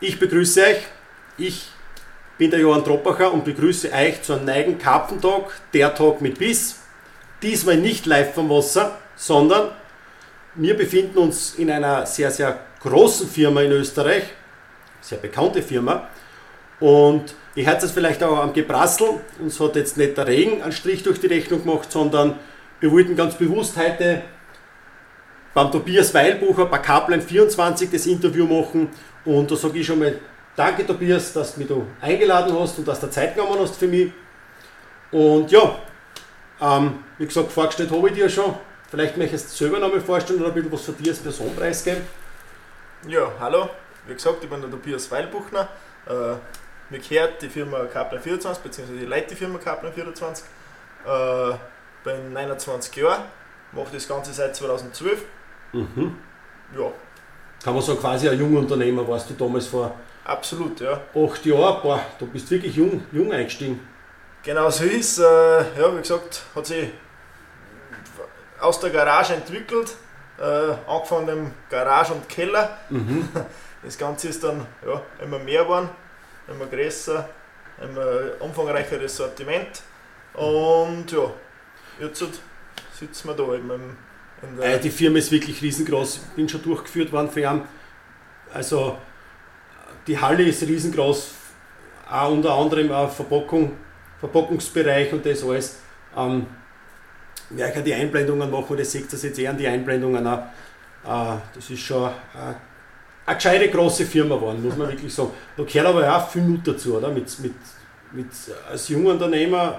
Ich begrüße euch. Ich bin der Johann Troppacher und begrüße euch zu einem neuen Karpfentalk, der Talk mit Biss. Diesmal nicht live vom Wasser, sondern wir befinden uns in einer sehr, sehr großen Firma in Österreich, sehr bekannte Firma. Und ihr hört es vielleicht auch am Geprassel. Uns hat jetzt nicht der Regen einen Strich durch die Rechnung gemacht, sondern wir wollten ganz bewusst heute beim Tobias Weilbucher bei Kaplan 24 das Interview machen. Und da sage ich schon mal danke Tobias, dass du mich da eingeladen hast und dass du Zeit genommen hast für mich. Und ja, wie gesagt, vorgestellt habe ich dir schon. Vielleicht möchtest du selber noch mal vorstellen oder ein bisschen was von dir als Person preisgeben. Ja, hallo. Wie gesagt, ich bin der Tobias Weilbuchner. Mir gehört die Firma Kaplan 24, beziehungsweise ich leite die Firma Kaplan 24. Bin 29 Jahre, mache das Ganze seit 2012. Mhm. Ja. Kann man sagen, quasi ein junger Unternehmer warst du damals vor Absolut, ja. 8 Jahren. Boah, du bist wirklich jung eingestiegen. Genau so ist. Ja, wie gesagt, hat sich aus der Garage entwickelt. Angefangen im Garage und Keller. Mhm. Das Ganze ist dann ja, immer mehr geworden, immer größer, immer umfangreicheres Sortiment. Und ja, jetzt sitzen wir da eben in der Die Firma ist wirklich riesengroß. Ich bin schon durchgeführt worden von ihm. Also die Halle ist riesengroß, auch unter anderem auch Verpackungsbereich und das alles. Werde ich auch die Einblendungen machen, das seht ihr jetzt eher an die Einblendungen auch. Das ist schon eine gescheite große Firma geworden, muss man wirklich sagen. Da gehört aber auch viel Mut dazu, oder? Als junger Unternehmer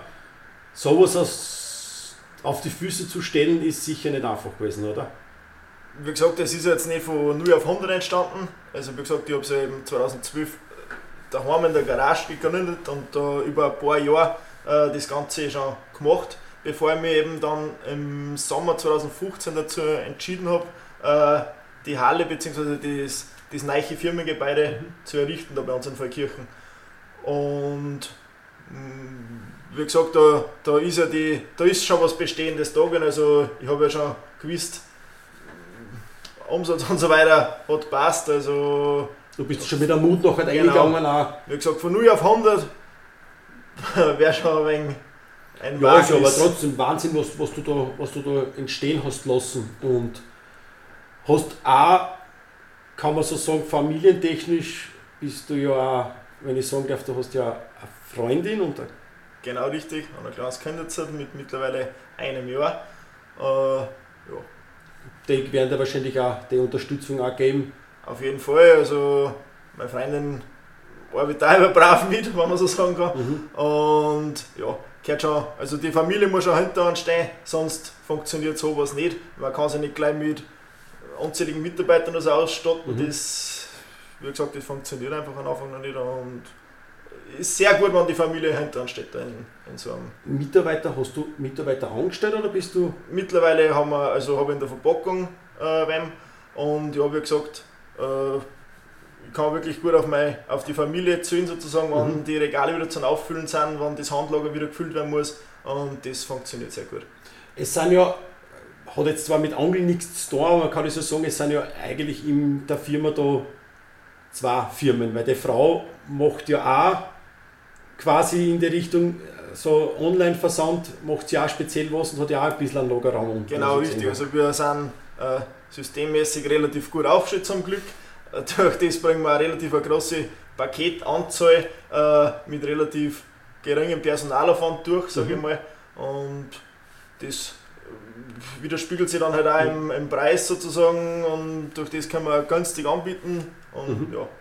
sowas auf die Füße zu stellen, ist sicher nicht einfach gewesen, oder? Wie gesagt, das ist jetzt nicht von 0 auf 100 entstanden. Also wie gesagt, ich habe es ja eben 2012 daheim in der Garage gegründet und da über ein paar Jahre das Ganze schon gemacht, bevor ich mich eben dann im Sommer 2015 dazu entschieden habe, die Halle bzw. das neue Firmengebäude zu errichten, da bei uns in Vollkirchen. Und wie gesagt, da ist schon was Bestehendes da gewesen. Also ich habe ja schon gewusst, Umsatz und so weiter hat gepasst. Also, du bist schon mit dem Mut nachher eingegangen. Auch. Wie gesagt, von 0 auf 100 wäre schon ein wenig ein ja, ist aber trotzdem Wahnsinn, was du da entstehen hast lassen. Und hast auch, kann man so sagen, familientechnisch bist du ja auch, wenn ich sagen darf, du hast ja eine Freundin und genau richtig, ein kleines Kind jetzt mit mittlerweile einem Jahr. Ja. Die werden dir wahrscheinlich auch die Unterstützung auch geben. Auf jeden Fall, also meine Freundin arbeitet auch immer brav mit, wenn man so sagen kann. Mhm. Und ja, gehört schon, also die Familie muss schon hinter uns stehen, sonst funktioniert sowas nicht. Man kann sich nicht gleich mit unzähligen Mitarbeitern das ausstatten. Mhm. Das, wie gesagt, das funktioniert einfach am Anfang noch nicht. Und ist sehr gut, wenn die Familie hinter uns steht in so einem. Mitarbeiter, hast du Mitarbeiter angestellt oder bist du? Mittlerweile habe ich in der Verpackung wem und ja, wie gesagt, ich kann wirklich gut auf die Familie zählen sozusagen, wenn die Regale wieder zum Auffüllen sind, wenn das Handlager wieder gefüllt werden muss, und das funktioniert sehr gut. Es sind ja, hat jetzt zwar mit Angeln nichts zu tun, aber man kann so sagen, es sind ja eigentlich in der Firma da zwei Firmen, weil die Frau macht ja auch quasi in die Richtung so Online-Versand, macht sie auch speziell was und hat ja auch ein bisschen einen Lagerraum. Genau, richtig. Also wir sind systemmäßig relativ gut aufgestellt zum Glück. Durch das bringen wir eine relativ große Paketanzahl mit relativ geringem Personalaufwand durch, sage ich mal. Und das widerspiegelt sich dann halt auch im Preis sozusagen, und durch das kann man günstig anbieten. Und ja.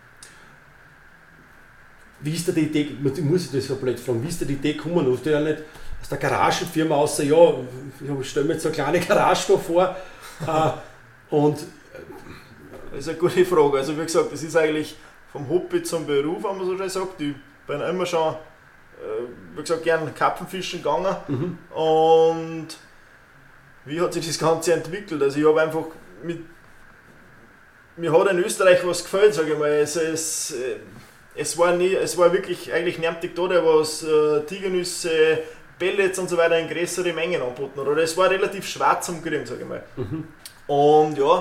Wie ist da die Idee, ich muss das so blöd fragen, wie ist da die Idee gekommen? Du hast ja nicht aus der Garagenfirma außer, ja, ich stelle mir jetzt so eine kleine Garage da vor. Und das ist eine gute Frage. Also wie gesagt, das ist eigentlich vom Hobby zum Beruf, wenn man so schön sagt. Ich bin immer schon, wie gesagt, gern Karpfenfischen gegangen. Und wie hat sich das Ganze entwickelt? Also ich habe einfach mir hat in Österreich was gefällt, sage ich mal. Es war wirklich eigentlich nervig da, der was Tigernüsse, Pellets und so weiter in größere Mengen angeboten hat. Oder es war relativ schwer zum Kriegen, sage ich mal. Und ja,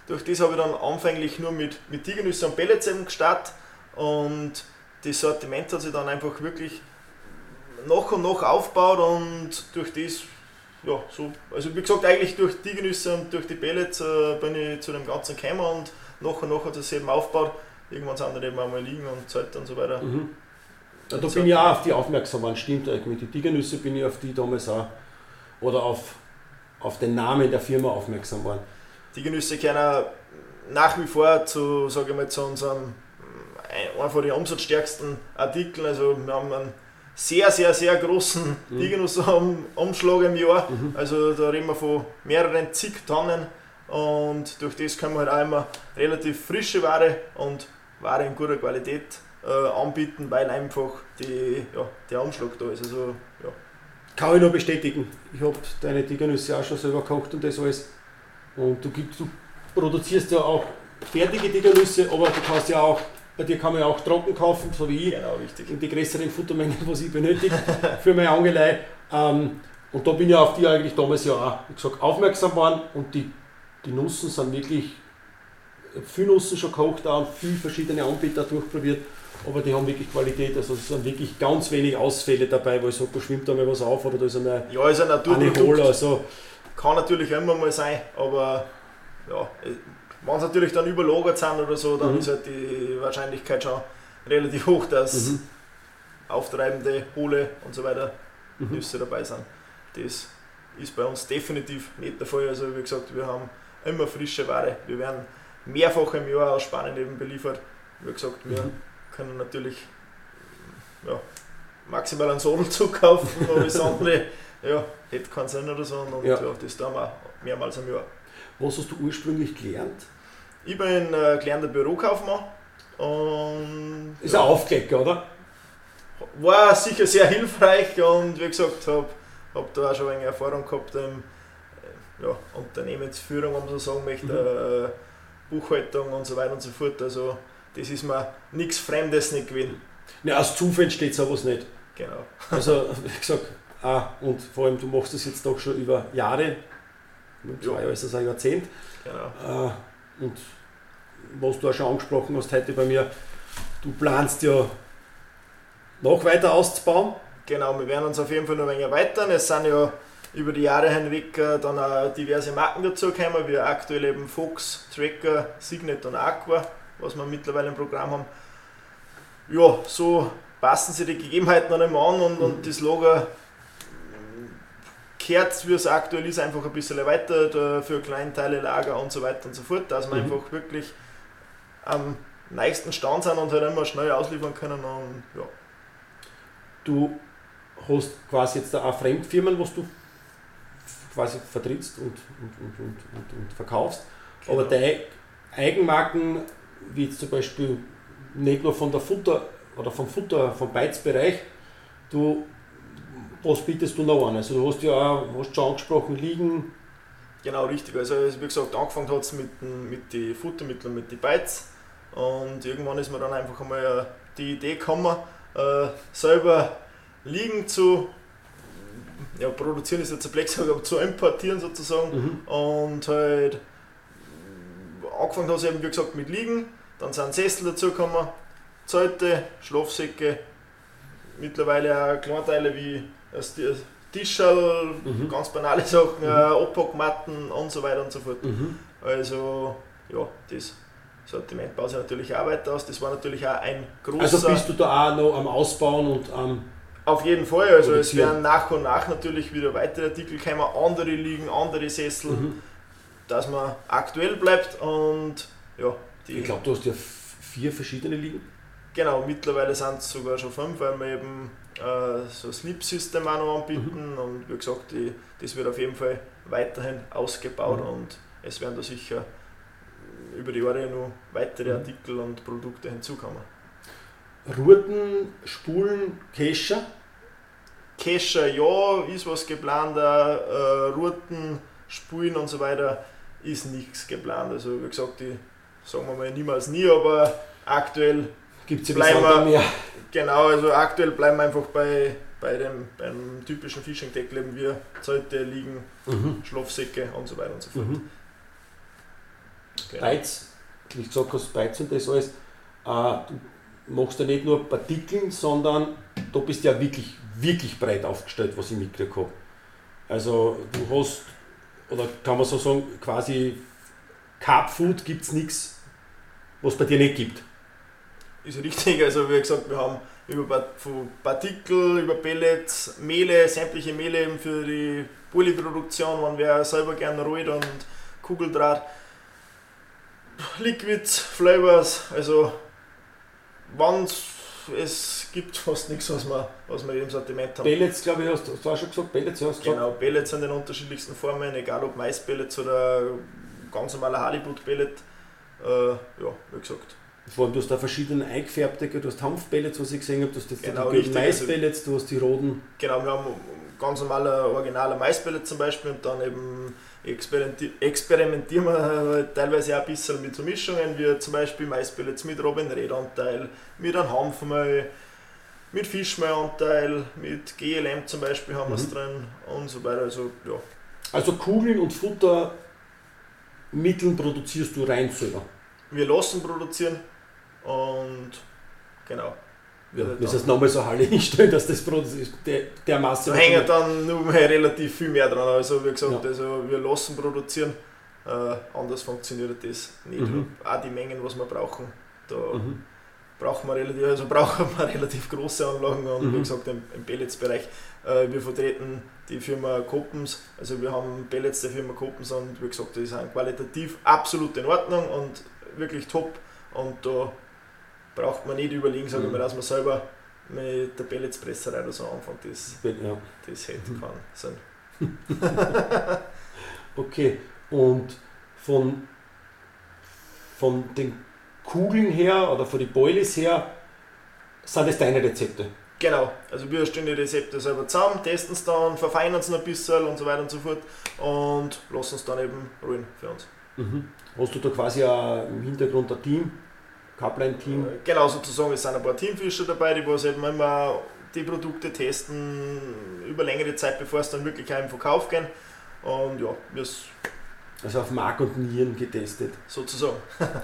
Durch das habe ich dann anfänglich nur mit Tigernüsse und Pellets eben gestartet und das Sortiment hat sich dann einfach wirklich nach und nach aufgebaut und durch das, ja, so, also wie gesagt, eigentlich durch Tigernüsse und durch die Pellets bin ich zu dem Ganzen gekommen und nach hat es eben aufgebaut. Irgendwann sind die eben einmal liegen und Zeit und so weiter. Mhm. Ja, da bin ich auch auf die aufmerksam geworden, stimmt. Mit den Tigernüsse bin ich auf die damals auch, oder auf den Namen der Firma aufmerksam geworden. Tigernüsse gehören nach wie vor zu, sage ich mal, zu unserem einfach den umsatzstärksten Artikeln. Also wir haben einen sehr, sehr, sehr großen Tigernuss-Umschlag im Jahr. Also da reden wir von mehreren zig Tonnen und durch das können wir halt auch immer relativ frische Ware und Ware in guter Qualität anbieten, weil einfach der Umschlag da ist. Also, ja. Kann ich nur bestätigen. Ich habe deine Tigernüsse auch schon selber gekocht und das alles. Und du produzierst ja auch fertige Tigernüsse, aber du kannst ja auch, bei dir kann man ja auch trocken kaufen, so wie ich. Genau, richtig. In die größeren Futtermengen, was ich benötige für meine Angelei. Und da bin ich auf die eigentlich damals ja auch, wie gesagt, aufmerksam geworden und die Nussen sind wirklich, viele Nussen schon gekocht auch und viele verschiedene Anbieter durchprobiert, aber die haben wirklich Qualität, also es sind wirklich ganz wenig Ausfälle dabei, wo ich sage, da schwimmt da mal was auf oder da ist eine ist ein Naturprodukt. Hohl, also. Kann natürlich immer mal sein, aber ja, wenn es natürlich dann überlagert sind oder so, dann ist halt die Wahrscheinlichkeit schon relativ hoch, dass auftreibende, hohle und so weiter Nüsse dabei sind. Das ist bei uns definitiv nicht der Fall. Also wie gesagt, wir haben immer frische Ware. Wir werden mehrfach im Jahr aus Spanien eben beliefert. Wie gesagt, wir können natürlich maximal einen Sadelzug kaufen, aber das andere hätte keinen Sinn oder so. Und das tun wir mehrmals im Jahr. Was hast du ursprünglich gelernt? Ich bin gelernter Bürokaufmann und ist ein Aufklecker, oder? War sicher sehr hilfreich und wie gesagt, habe da auch schon eine Erfahrung gehabt in Unternehmensführung, wenn man so sagen möchte, Buchhaltung und so weiter und so fort. Also das ist mir nichts Fremdes nicht gewesen. Ja, aus Zufall steht sowas nicht. Genau. Also wie gesagt, und vor allem du machst das jetzt doch schon über Jahre, mit 2 Jahren ist das ein Jahrzehnt. Genau. Und was du auch schon angesprochen hast heute bei mir, du planst ja noch weiter auszubauen. Genau, wir werden uns auf jeden Fall noch ein wenig erweitern. Es sind ja über die Jahre hinweg dann auch diverse Marken dazugekommen, wie aktuell eben Fox, Tracker, Signet und Aqua, was wir mittlerweile im Programm haben. Ja, so passen sich die Gegebenheiten noch einmal an und das Lager kehrt, wie es aktuell ist, einfach ein bisschen erweitert für Kleinteile, Lager und so weiter und so fort, dass wir einfach wirklich am nächsten Stand sind und halt immer schnell ausliefern können. Und, ja. Du hast quasi jetzt auch Fremdfirmen, was du quasi vertrittst und verkaufst, Genau. aber deine Eigenmarken, wie jetzt zum Beispiel nicht nur von der Futter oder vom Beizbereich, was bietest du noch an? Also du hast ja auch, schon angesprochen, Liegen. Genau, richtig. Also wie gesagt, angefangen hat es mit den Futtermitteln, mit den Beiz und irgendwann ist mir dann einfach einmal die Idee gekommen, selber Liegen zu produzieren ist jetzt ein Blödsinn, aber zu importieren sozusagen und halt angefangen hat es eben wie gesagt mit Liegen, dann sind Sessel dazugekommen, Zelte, Schlafsäcke, mittlerweile auch Kleinteile wie Tischerl, ganz banale Sachen, Abpackmatten und so weiter und so fort. Also ja, das Sortiment baut sich natürlich auch weiter aus, das war natürlich auch ein großer... Also bist du da auch noch am Ausbauen und am... Auf jeden Fall, also es werden nach und nach natürlich wieder weitere Artikel kommen, andere Liegen, andere Sessel, dass man aktuell bleibt und ja... Ich glaube, du hast ja 4 verschiedene Liegen. Genau, mittlerweile sind es sogar schon 5, weil wir eben so ein Sleep-System auch noch anbieten und wie gesagt, das wird auf jeden Fall weiterhin ausgebaut und es werden da sicher über die Jahre noch weitere Artikel und Produkte hinzukommen. Ruten, Spulen, Kescher? Kescher, ja, ist was geplant, Ruten, Spulen und so weiter ist nichts geplant. Also wie gesagt, sagen wir mal niemals nie, aber aktuell Gibt's ja bleiben wir mehr. Genau, also aktuell bleiben wir einfach beim typischen Fishing-Deckel, eben wie Zelte, Liegen, Schlafsäcke und so weiter und so fort. Genau. Beiz, wie du gesagt hast, Beiz und das alles, du machst ja nicht nur Partikeln, sondern du bist ja wirklich, wirklich breit aufgestellt, was ich mitgekriegt habe. Also du hast, oder kann man so sagen, quasi Carb Food gibt es nichts, was es bei dir nicht gibt. Ist richtig, also wie gesagt, wir haben von Partikel über Pellets, Mehle, sämtliche Mehle eben für die Polyproduktion, wenn wer selber gerne rollt und Kugeldraht, Liquids, Flavors, also es gibt fast nichts, was wir im Sortiment haben. Pellets, glaube ich, hast du auch schon gesagt, Pellets hast du gesagt? Genau, Pellets sind in den unterschiedlichsten Formen, egal ob Maispellets oder ganz normaler Halibut-Pellet, ja, wie gesagt. Vor allem, du hast da verschiedene eingefärbte, du hast Hanfpellets, was ich gesehen habe, du hast jetzt Genau, die Maispellets, du hast die roten. Genau, wir haben ganz normale, originale Maispellets zum Beispiel und dann eben experimentieren wir teilweise auch ein bisschen mit so Mischungen, wie zum Beispiel Maispellets mit Robbenredanteil, mit einem Hanfmehl, mit Fischmehlanteil, mit GLM zum Beispiel haben wir es drin und so weiter. Also, ja. Also Kugeln und Futtermitteln produzierst du rein selber? Wir lassen produzieren und genau. Ja, das heißt nochmal so Halle hinstellen, dass das der Masse... Da hängt dann nur mehr relativ viel mehr dran. Also wie gesagt, also wir lassen produzieren, anders funktioniert das nicht. Auch die Mengen, was wir brauchen, da brauchen wir relativ große Anlagen und wie gesagt im Pelletsbereich. Wir vertreten die Firma Koppens, also wir haben Pellets der Firma Koppens und wie gesagt, die sind qualitativ absolut in Ordnung und wirklich top und da braucht man nicht überlegen, sagen wir, dass man selber mit der Pelletspresserei oder so anfängt, das hätte keinen Sinn. Okay, und von den Kugeln her oder von den Boilies her sind das deine Rezepte? Genau, also wir stellen die Rezepte selber zusammen, testen es dann, verfeinern es noch ein bisschen und so weiter und so fort und lassen es dann eben rollen für uns. Hast du da quasi auch im Hintergrund ein Team? Kaplan-Team? Genau, sozusagen, es sind ein paar Teamfischer dabei, die was eben immer die Produkte testen über längere Zeit, bevor es dann wirklich auch im Verkauf gehen. Und ja, also auf Mark und Nieren getestet. Sozusagen.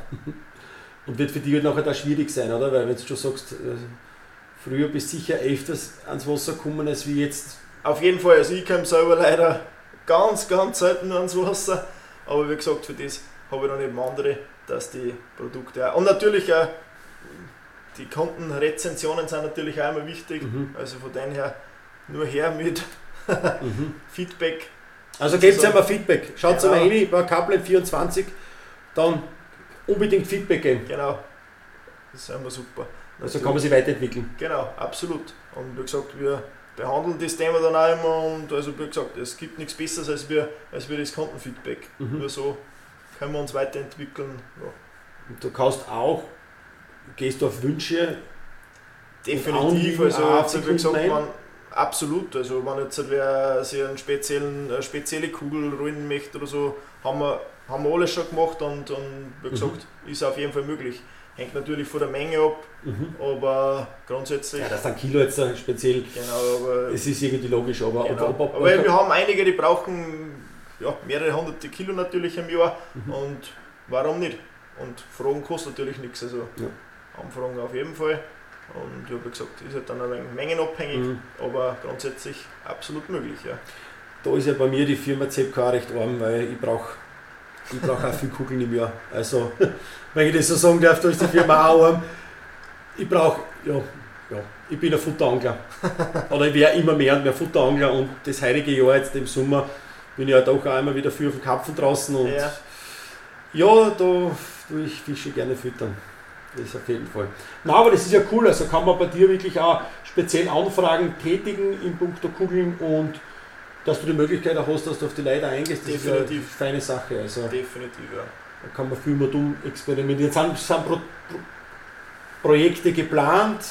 Und wird für dich halt nachher da schwierig sein, oder? Weil wenn du schon sagst, früher bist du sicher öfters ans Wasser gekommen als wie jetzt. Auf jeden Fall, also ich komme selber leider ganz, ganz selten ans Wasser. Aber wie gesagt, für das habe ich dann eben andere, dass die Produkte auch. Und natürlich auch die Kundenrezensionen sind natürlich auch immer wichtig. Also von denen her nur her mit Feedback. Also gebt einmal Feedback. Schaut mal rein bei Kaplan24, dann unbedingt Feedback geben. Genau, das ist immer super. Also kann man sich weiterentwickeln. Genau, absolut. Und wie gesagt, wir behandeln das Thema dann auch immer und also wie gesagt, es gibt nichts Besseres als wir das Kundenfeedback. Nur so können wir uns weiterentwickeln. Ja. Und du kannst auch, gehst du auf Wünsche? Definitiv, also wie gesagt, absolut. Also wenn jetzt wer sich eine spezielle Kugel rollen möchte oder so, haben wir alles schon gemacht und wie gesagt, ist auf jeden Fall möglich. Hängt natürlich von der Menge ab, aber grundsätzlich... Ja, das ist ein Kilo jetzt speziell, genau, aber es ist irgendwie logisch, aber... Genau. Aber wir haben einige, die brauchen mehrere hunderte Kilo natürlich im Jahr und warum nicht? Und Fragen kostet natürlich nichts, also Anfragen auf jeden Fall. Und wie gesagt, ist halt dann ein wenig mengenabhängig, aber grundsätzlich absolut möglich. Ja. Da ist ja bei mir die Firma ZK recht arm, weil ich brauche auch viel Kugeln im Jahr. Also, wenn ich das so sagen darf, da ist die Firma auch arm. Ich brauche, ich bin ein Futterangler. Oder ich werde immer mehr und mehr Futterangler und das heutige Jahr jetzt im Sommer bin ich ja doch auch immer wieder viel auf dem Karpfen draußen und da tue ich Fische gerne füttern. Das auf jeden Fall. Na, aber das ist ja cool, also kann man bei dir wirklich auch speziell Anfragen tätigen in puncto Kugeln und dass du die Möglichkeit auch hast, dass du auf die Leute eingehst, das definitiv. ist eine feine Sache. Also, definitiv, ja. Da kann man viel mehr dumm experimentieren. Sind Projekte geplant?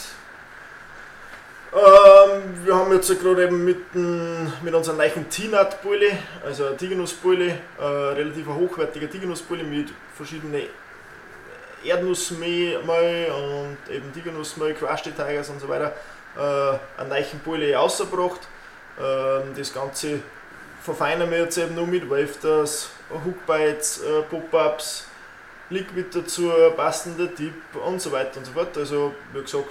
Wir haben jetzt gerade eben mit unserer neuen T-Nut-Bulli, also eine Tigernuss-Bulli, relativ hochwertiger Tigernuss-Bulli mit verschiedenen Erdnussmehl und eben Tigernussmehl, Crusty Tigers und so weiter, einen neuen Bulli rausgebracht. Das Ganze verfeinern wir jetzt eben noch mit Waveters, Hookbites, Pop-Ups, Liquid dazu, passender Tipp und so weiter und so fort. Also wie gesagt,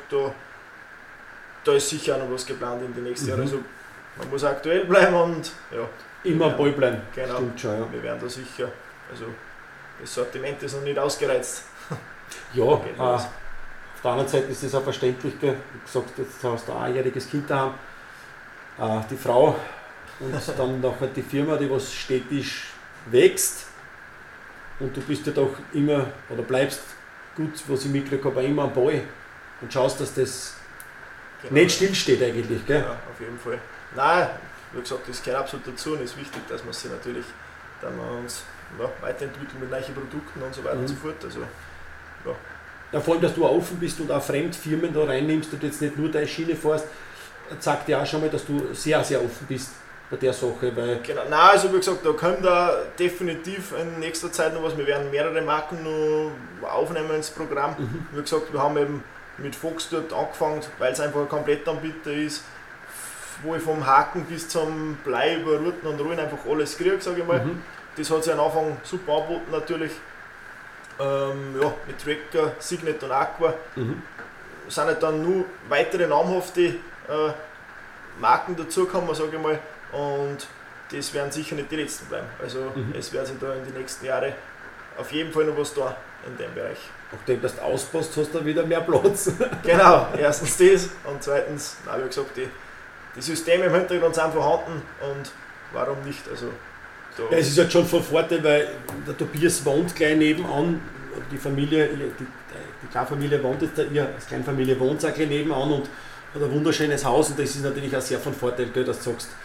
da ist sicher auch noch was geplant in den nächsten Jahren. Also man muss aktuell bleiben und ja. Immer am Ball bleiben. Genau, stimmt schon, ja. Wir werden da sicher, also das Sortiment ist noch nicht ausgereizt. Ja, auf der anderen Seite ist das auch verständlich. Wie gesagt, jetzt hast du ein einjähriges Kind daheim, die Frau und dann nachher die Firma, die was stetig wächst. Und du bist ja doch immer, oder bleibst gut, was ich mitgekriegt habe, immer am Ball und schaust, dass das nicht stillsteht eigentlich. Gell? Ja, auf jeden Fall. Nein, wie gesagt, das gehört absolut dazu und ist wichtig, dass man sich natürlich dann uns weiterentwickeln mit neuen Produkten und so weiter und so fort. Also, ja, vor allem, dass du auch offen bist und auch Fremdfirmen da reinnimmst und jetzt nicht nur deine Schiene fährst, sagt ja auch schon mal, dass du sehr, sehr offen bist bei der Sache. Weil genau, nein, also wie gesagt, da kommt da definitiv in nächster Zeit noch was. Wir werden mehrere Marken noch aufnehmen ins Programm. Wie gesagt, wir haben eben mit Fox dort angefangen, weil es einfach ein Komplettanbieter ist, wo ich vom Haken bis zum Blei über Ruten und Rollen einfach alles kriege, sage ich mal. Das hat sich am Anfang super angeboten natürlich. Mit Tracker, Signet und Aqua. Sind halt dann nur weitere namhafte Marken dazugekommen, sage ich mal. Und das werden sicher nicht die letzten bleiben. Also es wird sich da in den nächsten Jahren auf jeden Fall noch was da in dem Bereich. Nachdem du auspasst, hast du wieder mehr Platz. Genau, erstens das und zweitens, wie gesagt, die Systeme im Hintergrund sind vorhanden und warum nicht? Also, ja, es ist halt schon von Vorteil, weil der Tobias wohnt gleich nebenan, die Familie, die Kleinfamilie wohnt jetzt da, als Kleinfamilie wohnt auch gleich nebenan und hat ein wunderschönes Haus und das ist natürlich auch sehr von Vorteil, gell, dass du sagst,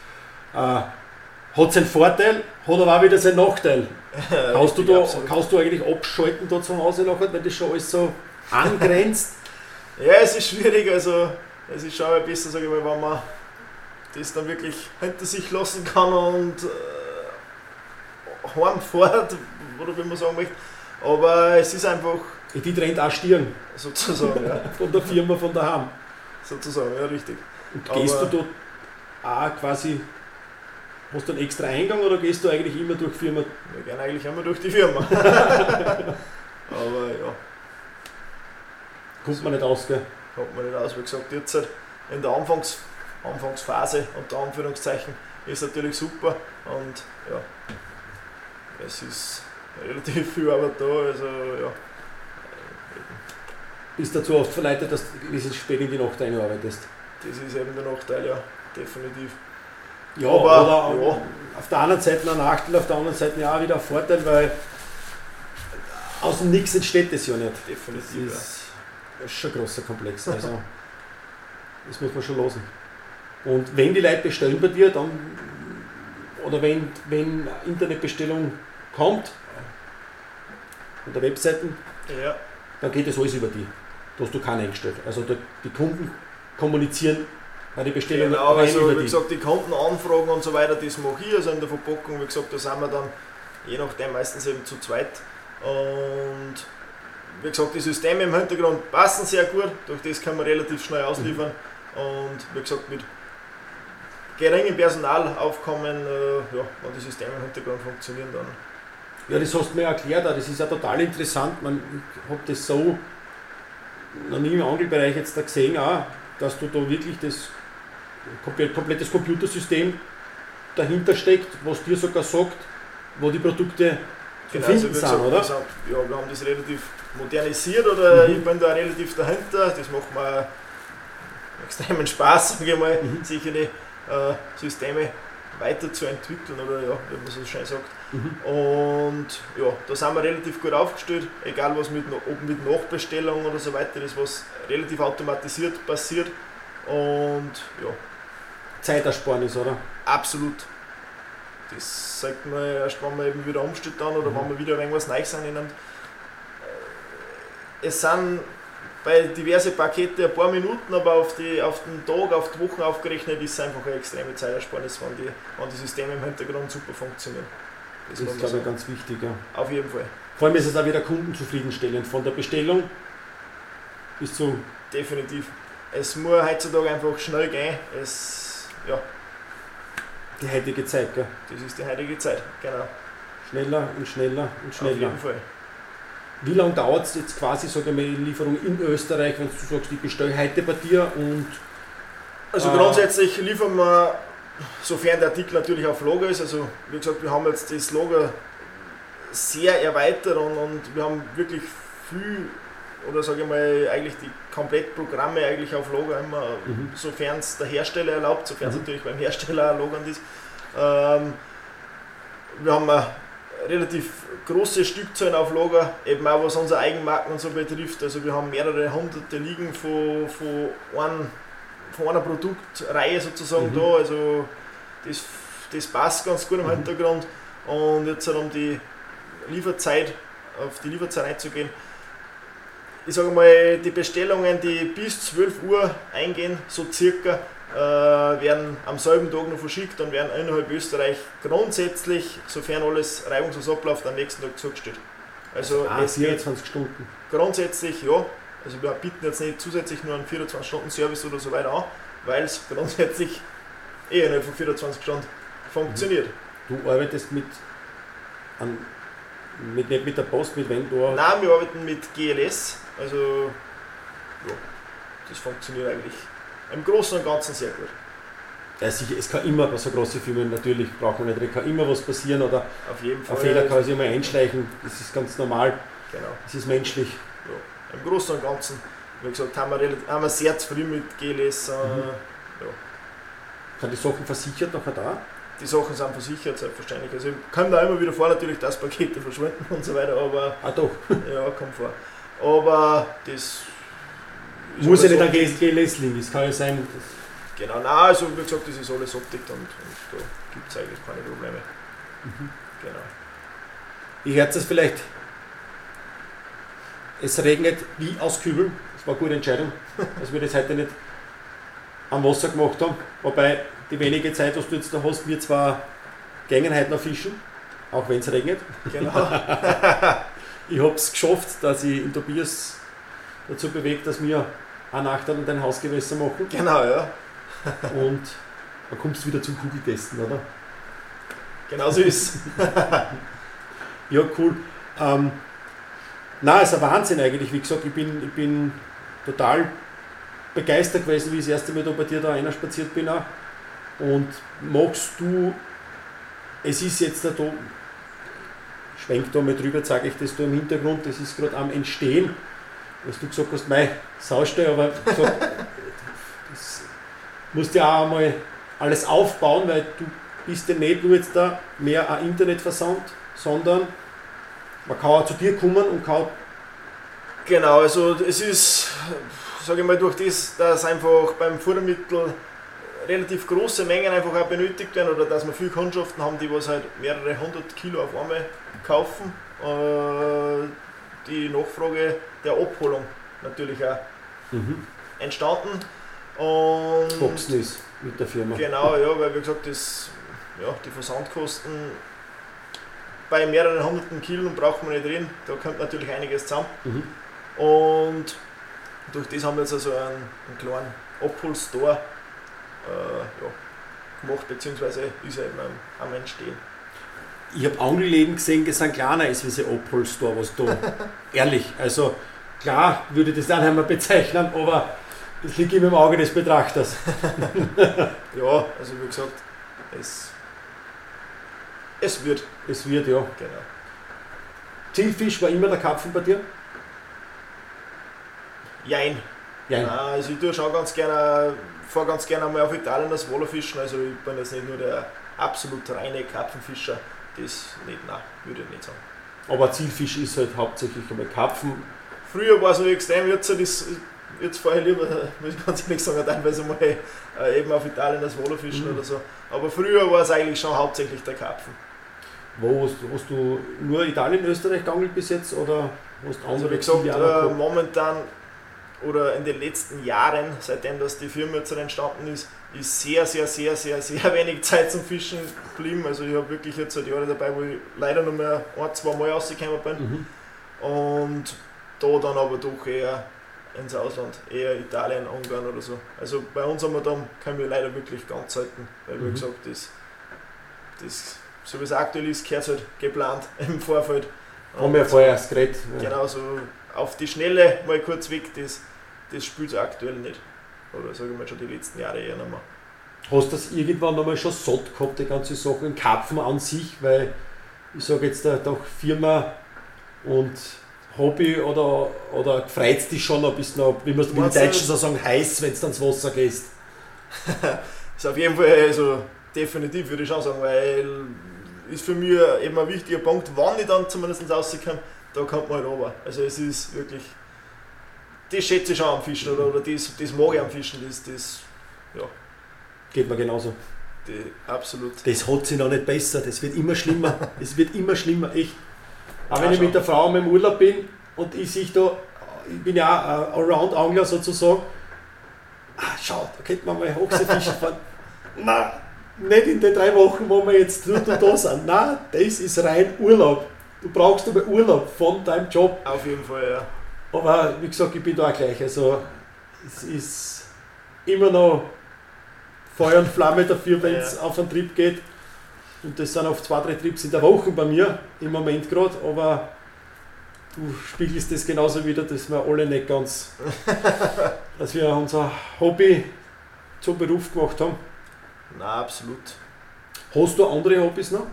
hat seinen Vorteil, hat aber auch wieder seinen Nachteil. Kannst du eigentlich abschalten da zu Hause nachher, weil das schon alles so angrenzt? Ja, es ist schwierig, also es ist schon besser, sage ich mal, wenn man das dann wirklich hinter sich lassen kann und heimfährt, oder wie man sagen möchte. Aber es ist einfach... Die trennt auch Stirn. Sozusagen, ja. Von der Firma, von daheim. Sozusagen, ja, richtig. Und gehst du dort auch quasi... Hast du einen extra Eingang oder gehst du eigentlich immer durch die Firma? Wir gehen eigentlich immer durch die Firma. Aber ja. Kommt man nicht aus, gell? Kommt man nicht aus. Wie gesagt, jetzt in der Anfangsphase, unter Anführungszeichen, ist natürlich super. Und ja, es ist relativ viel Arbeit da. Also ja. Bist dazu oft verleitet, dass du bis spät in die Nacht einarbeitest? Das ist eben der Nachteil, ja, definitiv. Ja, aber auf der einen Seite ein Nachteil, auf der anderen Seite ja auch wieder ein Vorteil, weil aus dem Nichts entsteht das ja nicht. Definitiv. Das ist schon ein großer Komplex. Also, das muss man schon losen. Und wenn die Leute bestellen bei dir, dann, oder wenn Internetbestellung kommt, an der Webseiten, ja, dann geht das alles über die. Da hast du keinen eingestellt. Also die Kunden kommunizieren bei den Bestellungen genau, rein also über wie die. gesagt, die Kundenanfragen und so weiter, das mache ich, also in der Verpackung, wie gesagt, da sind wir dann je nachdem meistens eben zu zweit. Und wie gesagt, die Systeme im Hintergrund passen sehr gut, durch das kann man relativ schnell ausliefern. Und wie gesagt, mit geringem Personalaufkommen, wenn die Systeme im Hintergrund funktionieren, dann. Ja, das hast du mir erklärt, das ist ja total interessant. Ich habe das so noch nie im Angelbereich jetzt da gesehen, auch, dass du da wirklich das komplettes Computersystem dahinter steckt, was dir sogar sagt, wo die Produkte zu finden also sind, oder? Wir haben das relativ modernisiert, oder ich bin da relativ dahinter, das macht mir extremen Spaß, sage ich mal, sichere Systeme weiterzuentwickeln, oder ja, wie man so schön sagt. Und ja, da sind wir relativ gut aufgestellt, egal was ob mit Nachbestellung oder so weiter ist, was relativ automatisiert passiert. Und ja. Zeitersparnis, oder? Absolut. Das sagt man erst, wenn man eben wieder umsteht dann, oder wenn man wieder irgendwas Neues einnimmt. Es sind bei diversen Pakete ein paar Minuten, aber auf den Tag, auf die Wochen aufgerechnet ist es einfach eine extreme Zeitersparnis, wenn die Systeme im Hintergrund super funktionieren. Das ist, glaube ich, ganz wichtig. Ja. Auf jeden Fall. Vor allem ist es auch wieder kundenzufriedenstellend, von der Bestellung bis zu... Definitiv. Es muss heutzutage einfach schnell gehen. Ja. Die heutige Zeit, gell? Das ist die heutige Zeit, genau. Schneller und schneller und schneller. Auf jeden Fall. Wie lange dauert es jetzt quasi, sage ich mal, die Lieferung in Österreich, wenn du sagst, ich bestelle heute bei dir und... Also grundsätzlich liefern wir, sofern der Artikel natürlich auf Lager ist, also wie gesagt, wir haben jetzt das Lager sehr erweitert und wir haben wirklich viel, oder sage ich mal, eigentlich die Komplettprogramme eigentlich auf Lager immer, sofern es der Hersteller erlaubt, sofern es natürlich beim Hersteller auch lagernd ist. Wir haben eine relativ große Stückzahlen auf Lager, eben auch was unsere Eigenmarken und so betrifft. Also wir haben mehrere hunderte liegen von einer Produktreihe sozusagen da, also das passt ganz gut im Hintergrund. Und jetzt um die Lieferzeit, auf die Lieferzeit einzugehen, ich sage mal, die Bestellungen, die bis 12 Uhr eingehen, so circa, werden am selben Tag noch verschickt und werden innerhalb Österreich grundsätzlich, sofern alles reibungslos abläuft, am nächsten Tag zugestellt. Also es 24 Stunden. Grundsätzlich ja, also wir bieten jetzt nicht zusätzlich nur einen 24-Stunden-Service oder so weiter an, weil es grundsätzlich innerhalb von 24 Stunden funktioniert. Du arbeitest nicht mit der Post, mit wem du... Nein, wir arbeiten mit GLS, also ja, das funktioniert eigentlich im Großen und Ganzen sehr gut. Ja, sicher, es kann immer, bei so großen Firmen natürlich, braucht man nicht, kann immer was passieren oder auf jeden Fall, ein Fehler kann sich immer einschleichen, das ist ganz normal, genau. Das ist menschlich. Ja, im Großen und Ganzen, wie gesagt, haben wir sehr zufrieden mit GLS. Ja. Sind die Sachen versichert nachher da? Die Sachen sind versichert, selbstverständlich. Also kommt da immer wieder vor, natürlich, dass Pakete verschwinden und so weiter, aber... Ah doch? Ja, kommt vor. Aber das... Muss ja nicht ein GLS liegen, das kann ja sein... Genau, nein, also wie gesagt, das ist alles abdeckt und da gibt es eigentlich keine Probleme. Genau. Ich hört es vielleicht... Es regnet wie aus Kübeln, das war eine gute Entscheidung, dass wir das heute nicht am Wasser gemacht haben, wobei die wenige Zeit, was du jetzt da hast, wir zwar gehen heute noch fischen, auch wenn es regnet. Genau. Ich habe es geschafft, dass ich in Tobias dazu bewegt, dass wir eine Nacht an dein Hausgewässer machen. Genau, ja. Und dann kommst du wieder zum Kugeltesten, oder? Genau so ist es. Ja, cool. Nein, es ist ein Wahnsinn eigentlich. Wie gesagt, ich bin total begeistert gewesen, wie ich das erste Mal da bei dir da reinspaziert bin. Auch. Und magst du, es ist jetzt da, ich schwenk da mal drüber, zeige ich das da im Hintergrund, das ist gerade am Entstehen, was du gesagt hast, mei, Saustall, aber gesagt, das musst du ja auch einmal alles aufbauen, weil du bist ja nicht nur jetzt da mehr ein Internetversand, sondern man kann auch zu dir kommen und kann... Genau, also es ist, sage ich mal, durch das, dass einfach beim Futtermittel relativ große Mengen einfach auch benötigt werden oder dass wir viele Kundschaften haben, die was halt mehrere 100 Kilo auf einmal kaufen, die Nachfrage der Abholung natürlich auch entstanden. Und Boxen ist mit der Firma. Genau, ja, weil wie gesagt, die Versandkosten bei mehreren hunderten Kilo braucht man nicht reden, da kommt natürlich einiges zusammen. Und durch das haben wir jetzt also einen kleinen Abholstore gemacht, beziehungsweise ist er eben am Entstehen. Ich habe Angelläden gesehen, das sind kleiner als wie so Abholstore, was da. Ehrlich, also klar würde ich das dann einmal bezeichnen, aber das liegt immer im Auge des Betrachters. Ja, also wie gesagt, es wird. Es wird, ja. Genau. Zielfisch war immer der Karpfen bei dir? Jein. Also ich tue schon fahre ganz gerne mal auf Italien das Wallerfischen, also ich bin jetzt nicht nur der absolut reine Karpfenfischer, das nicht, nein, würde ich nicht sagen. Aber Zielfisch ist halt hauptsächlich einmal Karpfen. Früher war es noch extrem, jetzt fahre ich lieber, muss ich ganz ehrlich sagen, teilweise mal eben auf Italien das Wallerfischen oder so, aber früher war es eigentlich schon hauptsächlich der Karpfen. Wo hast du nur Italien, Österreich geangelt bis jetzt oder hast du Also andere wie gesagt, Ziele momentan oder in den letzten Jahren, seitdem das die Firma jetzt entstanden ist sehr, sehr, sehr, sehr, sehr wenig Zeit zum Fischen geblieben. Also ich habe wirklich jetzt seit Jahren dabei, wo ich leider nur mehr 1-2 Mal rausgekommen bin. Und da dann aber doch eher ins Ausland, eher Italien, Ungarn oder so. Also bei uns haben wir dann, können wir leider wirklich ganz selten, weil wie gesagt, das so wie es aktuell ist, gehört halt geplant im Vorfeld. Haben wir ja vorher erst geredet. Ja. Genau, so auf die Schnelle mal kurz weg, das spielt es aktuell nicht. Oder sage ich mal schon die letzten Jahre eher nicht mehr. Hast du das irgendwann einmal schon satt gehabt, die ganze Sache im Karpfen an sich? Weil ich sage jetzt doch Firma und Hobby oder gefreut es dich schon ein bisschen, wie man im Deutschen so sagen, heiß, wenn du dann ins Wasser gehst? Ist auf jeden Fall also definitiv, würde ich schon sagen, weil ist für mich eben ein wichtiger Punkt, wann ich dann zumindest rauskomme, da kommt man halt runter. Also es ist wirklich, das schätze ich schon am Fischen oder das mag ich am Fischen, das ja. Geht mir genauso. Absolut. Das hat sich noch nicht besser, das wird immer schlimmer. Es wird immer schlimmer, echt. Auch wenn Ja, ich mit der Frau im Urlaub bin und ich bin ja ein Allround-Angler sozusagen. Schau, da könnte man mal Hochseefischen fahren. Nein, nicht in den 3 Wochen, wo wir jetzt dort und da sind. Nein, das ist rein Urlaub. Du brauchst aber Urlaub von deinem Job. Auf jeden Fall, ja. Aber wie gesagt, ich bin da auch gleich. Also es ist immer noch Feuer und Flamme dafür, wenn es auf einen Trip geht. Und das sind oft 2, 3 Trips in der Woche bei mir im Moment gerade. Aber du spiegelst das genauso wieder, dass wir alle nicht ganz, dass wir unser Hobby zum Beruf gemacht haben. Nein, absolut. Hast du andere Hobbys noch?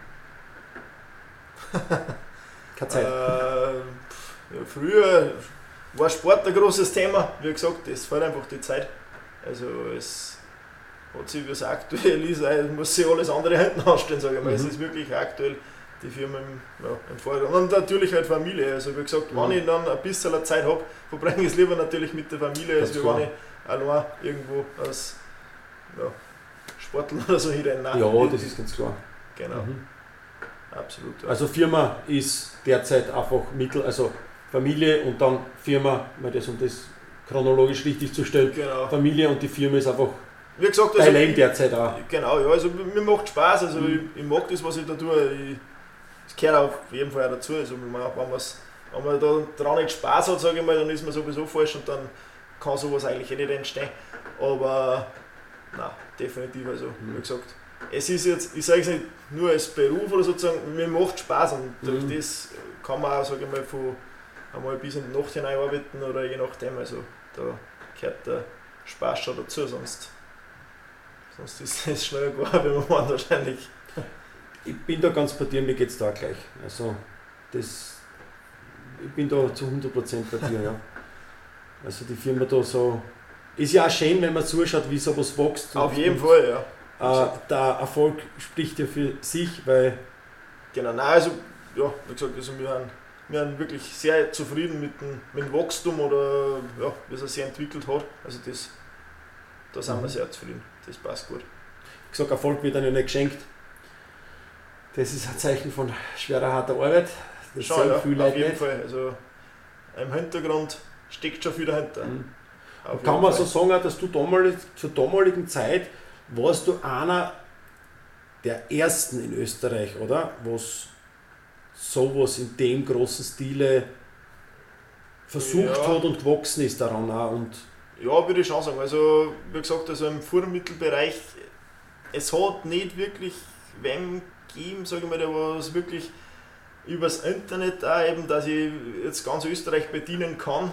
Keine Zeit. Ja, früher war Sport ein großes Thema. Wie gesagt, es fällt einfach die Zeit. Also es hat sich, wie es aktuell ist, muss sich alles andere hinten anstellen, sage ich mal. Es ist wirklich aktuell die Firma im Vordergrund. Und natürlich halt Familie. Also wie gesagt, wenn ich dann ein bisschen Zeit habe, verbringe ich es lieber natürlich mit der Familie, als wenn ich allein irgendwo als Sportler oder so hinrennen. Ja, das ist ganz klar. Genau. Absolut. Ja. Also Firma ist derzeit einfach also Familie und dann Firma, um das chronologisch richtig zu stellen. Genau. Familie und die Firma ist einfach wie gesagt, dein Leben derzeit auch. Genau, ja, also mir macht Spaß, also ich mag das, was ich da tue. Das gehört auf jeden Fall auch dazu. Also wenn man da dran nicht Spaß hat, sage ich mal, dann ist man sowieso falsch und dann kann sowas eigentlich nicht entstehen. Aber nein, definitiv, also wie gesagt, es ist jetzt, ich sage es nicht nur als Beruf oder sozusagen, mir macht Spaß und durch das kann man auch, sage ich mal, von einmal bis in die Nacht hinein arbeiten oder je nachdem, also da gehört der Spaß schon dazu, sonst ist es schnell gar, wenn man meint, wahrscheinlich. Ich bin da ganz bei dir, mir geht es da auch gleich. Also ich bin da zu 100% bei dir, ja. Also die Firma da so, ist ja auch schön, wenn man zuschaut, wie sowas wächst. Auf jeden Fall, ja. Der Erfolg spricht ja für sich, weil... Genau, nein, also, ja, wie gesagt, also wir sind wirklich sehr zufrieden mit dem Wachstum oder ja, wie es sich entwickelt hat. Also da sind wir sehr zufrieden, das passt gut. Ich sage, Erfolg wird einem nicht geschenkt. Das ist ein Zeichen von schwerer, harter Arbeit. Das schon, ja, viel auf jeden Fall. Also im Hintergrund steckt schon viel dahinter. Kann man so sagen, dass du zur damaligen Zeit warst du einer der ersten in Österreich, oder? Was sowas in dem großen Stile versucht hat und gewachsen ist daran auch. Und ja, würde ich schon sagen. Also wie gesagt, also im Futtermittelbereich, es hat nicht wirklich wem gegeben, sage ich mal, der was wirklich übers Internet auch eben, dass ich jetzt ganz Österreich bedienen kann.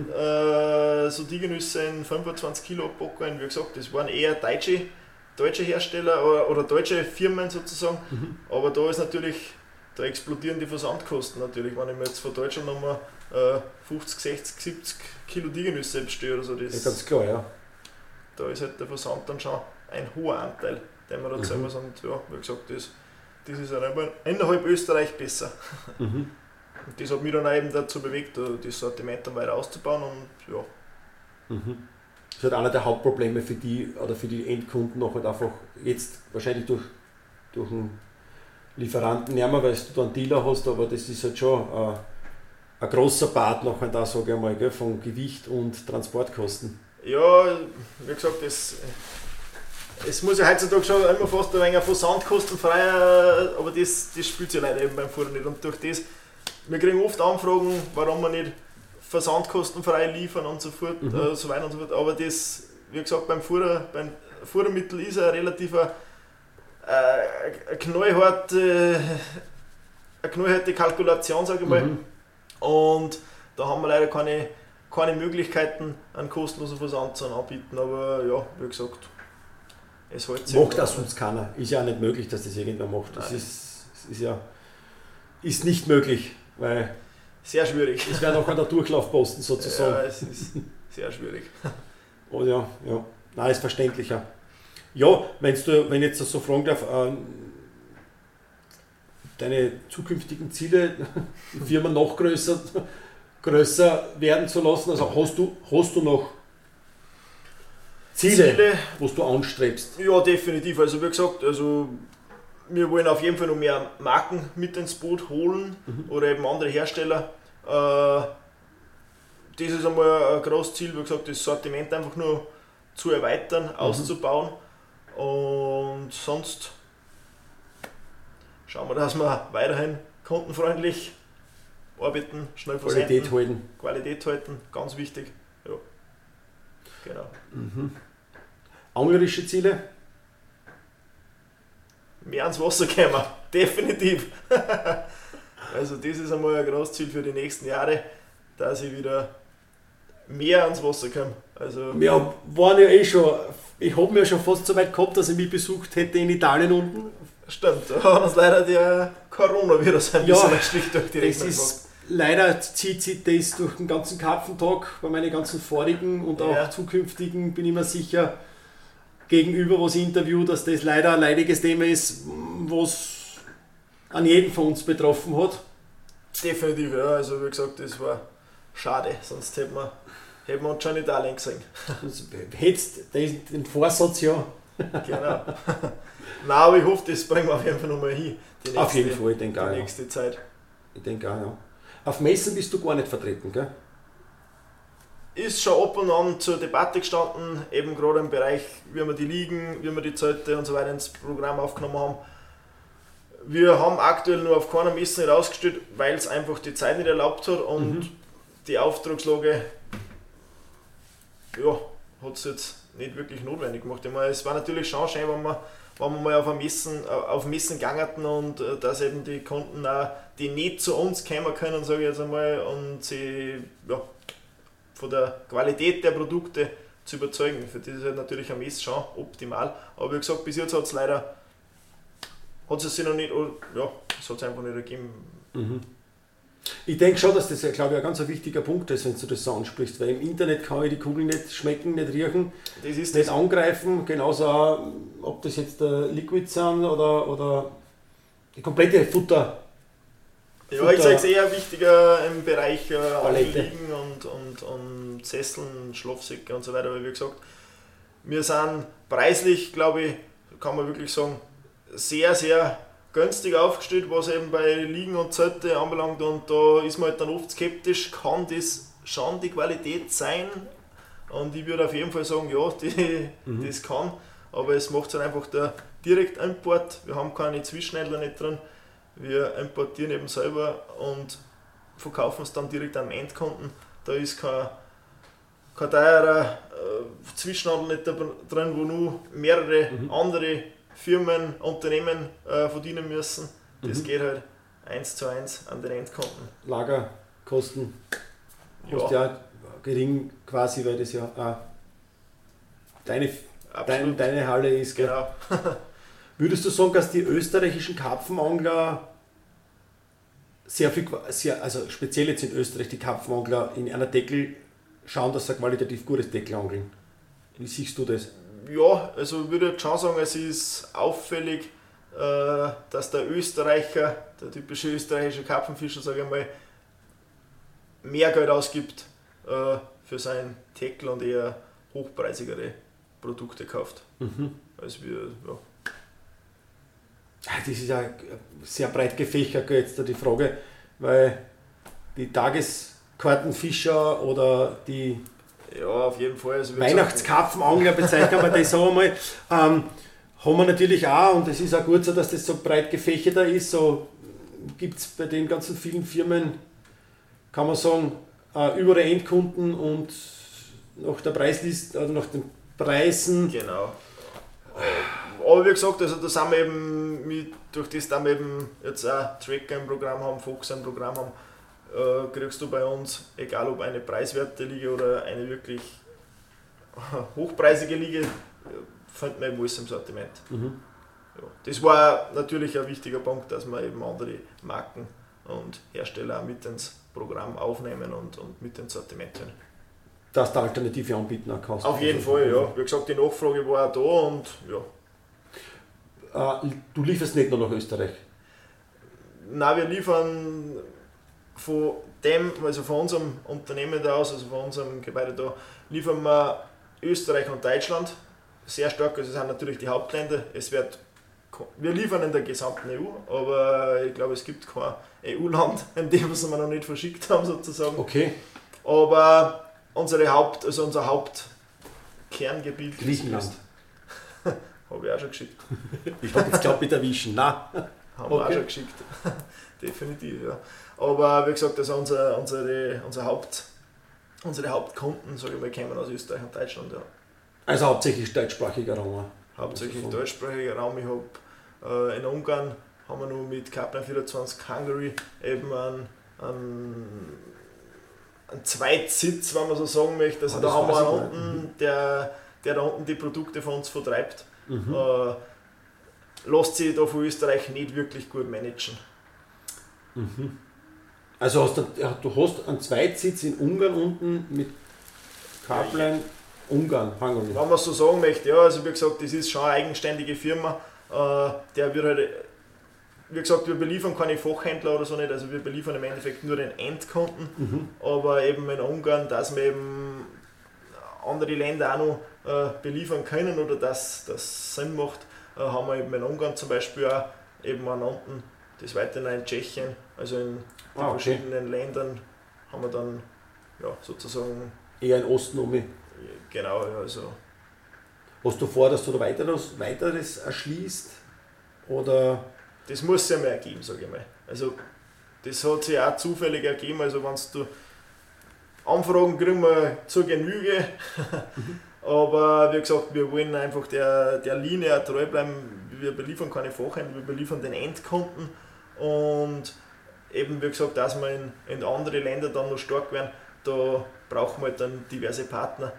So die Genüsse in 25 Kilo abpacken, wie gesagt, das waren eher deutsche Hersteller oder deutsche Firmen sozusagen. Aber da ist natürlich, da explodieren die Versandkosten natürlich, wenn ich mir jetzt von Deutschland nochmal 50, 60, 70 Kilo Diegenüsse bestelle oder so. Das, ja, ganz klar, ja. Da ist halt der Versand dann schon ein hoher Anteil, den man da zahlen muss. Und ja, wie gesagt, das ist innerhalb Österreich besser. Und das hat mich dann auch eben dazu bewegt, das Sortiment dann weiter auszubauen und ja. Das ist halt einer der Hauptprobleme für die oder für die Endkunden noch halt einfach jetzt wahrscheinlich durch einen Lieferanten nicht mehr, weil du da einen Dealer hast, aber das ist halt schon ein großer Part nachher da, sage ich mal, gell, von Gewicht und Transportkosten. Ja, wie gesagt, es muss ja heutzutage schon immer fast ein wenig versandkostenfrei, aber das spielt ja leider eben beim Futter nicht. Und durch das, wir kriegen oft Anfragen, warum wir nicht versandkostenfrei liefern und so fort, so weiter und so fort. Aber das, wie gesagt, beim Futtermittel ist ein relativ knallhart eine knallharte Kalkulation, sage ich mal. Und da haben wir leider keine Möglichkeiten, einen kostenlosen Versand anbieten. Aber ja, wie gesagt, es hält sich. Macht das sonst keiner. Ist ja auch nicht möglich, dass das irgendwer macht. Das ist nicht möglich, weil sehr schwierig. es wäre noch an der Durchlaufposten sozusagen. Ja, es ist sehr schwierig. Oh ja. Nein, ist verständlicher. Ja, wenn ich jetzt so fragen darf, deine zukünftigen Ziele, die Firma noch größer werden zu lassen, also hast du noch Ziele, was du anstrebst? Ja, definitiv. Also wie gesagt, wir wollen auf jeden Fall noch mehr Marken mit ins Boot holen oder eben andere Hersteller. Das ist einmal ein großes Ziel, wie gesagt, das Sortiment einfach nur zu erweitern, auszubauen. Und sonst schauen wir, dass wir weiterhin kundenfreundlich arbeiten, schnell versenden. Qualität halten, ganz wichtig. Ja, genau. Anglerische Ziele? Mehr ans Wasser kommen, definitiv. Also das ist einmal ein großes Ziel für die nächsten Jahre, dass ich wieder mehr ans Wasser komme. Also wir waren ja schon, ich habe mir schon fast so weit gehabt, dass ich mich besucht hätte in Italien unten. Stimmt, da hat uns leider der Coronavirus ein bisschen ein Strich durch die Rechnung gemacht. Leider zieht sich das durch den ganzen Karpfentag, bei meinen ganzen vorigen und auch zukünftigen bin ich mir sicher gegenüber, was ich interview, dass das leider ein leidiges Thema ist, was an jeden von uns betroffen hat. Definitiv, ja. Also wie gesagt, das war schade, sonst hätten wir uns schon in Italien gesehen. Hättest den Vorsatz ja. Genau. Nein, aber ich hoffe, das bringen wir auf jeden Fall nochmal hin. Auf jeden Fall, ich denke auch. Die nächste Zeit. Ich denke auch, ja. Auf Messen bist du gar nicht vertreten, gell? Ist schon ab und an zur Debatte gestanden, eben gerade im Bereich, wie wir die Ligen, wie wir die Zelte und so weiter ins Programm aufgenommen haben. Wir haben aktuell nur auf keiner Messe nicht ausgestellt, weil es einfach die Zeit nicht erlaubt hat und die Auftragslage hat es jetzt nicht wirklich notwendig gemacht. Ich meine, es war natürlich schon schön, wenn wir mal auf Messen gegangen und dass eben die Kunden auch, die nicht zu uns kommen können, sage ich jetzt einmal, und sie von der Qualität der Produkte zu überzeugen. Für das ist halt natürlich ein Mess schon optimal. Aber wie gesagt, bis jetzt hat es leider sich noch nicht, es hat es einfach nicht ergeben. Ich denke schon, dass das, glaube ich, ein ganz wichtiger Punkt ist, wenn du das so ansprichst, weil im Internet kann ich die Kugeln nicht schmecken, nicht riechen, nicht angreifen, genauso auch, ob das jetzt Liquid sind oder die komplette Futter. Ja, ich sage es eher wichtiger im Bereich Liegen und Sesseln, Schlafsäcke und so weiter, weil wie gesagt, wir sind preislich, glaube ich, kann man wirklich sagen, sehr, sehr günstig aufgestellt, was eben bei Liegen und Zelte anbelangt, und da ist man halt dann oft skeptisch, kann das schon die Qualität sein? Und ich würde auf jeden Fall sagen, ja, das kann, aber es macht halt einfach der Direktimport, wir haben keine Zwischenhändler nicht drin, wir importieren eben selber und verkaufen es dann direkt am Endkunden, da ist kein teurer Zwischenhandel nicht drin, wo nur mehrere andere Firmen, Unternehmen verdienen müssen. Das geht halt 1:1 an den Endkunden. Lagerkosten ist ja gering quasi, weil das ja auch deine Halle ist. Gell? Genau. Würdest du sagen, dass die österreichischen Karpfenangler also speziell jetzt in Österreich, die Karpfenangler in einer Deckel schauen, dass sie ein qualitativ gutes Deckel angeln? Wie siehst du das? Ja, also ich würde schon sagen, es ist auffällig, dass der Österreicher, der typische österreichische Karpfenfischer, sage ich mal, mehr Geld ausgibt für seinen Tackle und eher hochpreisigere Produkte kauft. Als wir, Das ist ja sehr breit gefächert jetzt die Frage, weil die Tageskartenfischer oder die auf jeden Fall. Also Weihnachtskarpfenangler bezeichnen wir das so einmal, haben wir natürlich auch, und es ist auch gut so, dass das so breit gefächerter ist, so gibt es bei den ganzen vielen Firmen, kann man sagen, überall Endkunden und nach der Preisliste oder nach den Preisen. Genau. Aber wie gesagt, also da sind wir eben, durch das, dass wir eben jetzt auch Tracker im Programm haben, Fox im Programm haben, kriegst du bei uns, egal ob eine preiswerte Liga oder eine wirklich hochpreisige Liga, finden wir eben alles im Sortiment. Ja, das war natürlich ein wichtiger Punkt, dass wir eben andere Marken und Hersteller auch mit ins Programm aufnehmen und mit ins Sortiment hören. Dass du Alternative anbieten kannst. Auf jeden Fall, ja. Wie gesagt, die Nachfrage war auch da und ja. Du lieferst nicht nur nach Österreich? Nein, wir liefern von unserem Unternehmen da aus, also von unserem Gebäude da, liefern wir Österreich und Deutschland sehr stark. Also das sind natürlich die Hauptländer. Wir liefern in der gesamten EU, aber ich glaube, es gibt kein EU-Land, in dem wir noch nicht verschickt haben, sozusagen. Okay. Aber unser Hauptkerngebiet Griechenland. Habe ich auch schon geschickt. Ich habe jetzt glaubt mit erwischen. Nein. Haben wir auch schon geschickt. Definitiv, ja. Aber wie gesagt, also unsere Hauptkunden, sage ich mal, kommen aus Österreich und Deutschland. Ja. Also hauptsächlich deutschsprachiger Raum. Hauptsächlich deutschsprachiger Raum. Ich habe in Ungarn haben wir nur mit Kaplan 24 Hungary eben einen Zweitsitz, wenn man so sagen möchte. Also da haben wir einen unten, der da unten die Produkte von uns vertreibt. Lässt sich da von Österreich nicht wirklich gut managen. Also du hast einen Zweitsitz in Ungarn unten mit Kaplan Ungarn, Hungary. Wenn man es so sagen möchte, ja, also wie gesagt, das ist schon eine eigenständige Firma. Der wird halt, wie gesagt, wir beliefern keine Fachhändler oder so nicht, also wir beliefern im Endeffekt nur den Endkunden, aber eben in Ungarn, dass wir eben andere Länder auch noch beliefern können oder dass das Sinn macht, haben wir eben in Ungarn zum Beispiel auch eben an unten, des Weiteren in Tschechien, also in den verschiedenen Ländern haben wir dann sozusagen eher in Osten um. Genau, also. Hast du vor, dass du da weiteres erschließt? Oder? Das muss sich ja mal ergeben, sage ich mal. Also das hat sich auch zufällig ergeben, also wenn du Anfragen kriegen wir zur Genüge, aber wie gesagt, wir wollen einfach der Linie treu bleiben, wir beliefern keine Fachhändler, wir beliefern den Endkunden und eben wie gesagt, dass wir in andere Länder dann noch stark werden, da brauchen wir halt dann diverse Partner.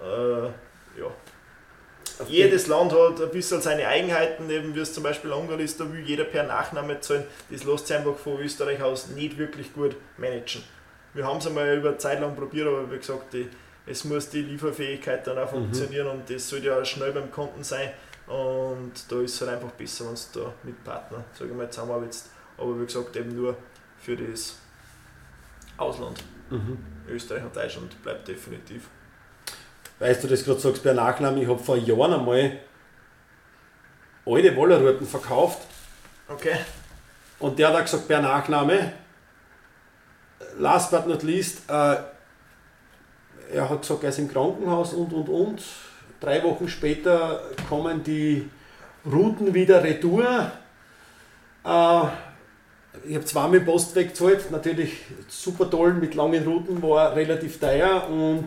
Jedes Land hat ein bisschen seine Eigenheiten, eben wie es zum Beispiel Ungarn ist, da will jeder per Nachname zahlen, das lässt sich einfach von Österreich aus nicht wirklich gut managen. Wir haben es einmal über eine Zeit lang probiert, aber wie gesagt, es muss die Lieferfähigkeit dann auch funktionieren und das soll ja schnell beim Kunden sein und da ist es halt einfach besser, wenn du da mit Partnern, sage ich mal, zusammenarbeitest, aber wie gesagt, eben nur für das Ausland. Österreich und Deutschland bleibt definitiv. Weißt du, das gerade sagst bei Nachnamen, ich habe vor Jahren einmal alte Wollerruten verkauft. Okay. Und der hat auch gesagt, per Nachname, last but not least, er hat gesagt, er ist im Krankenhaus und. 3 Wochen später kommen die Routen wieder retour. Ich habe zweimal Postweg gezahlt, natürlich super toll mit langen Routen, war relativ teuer und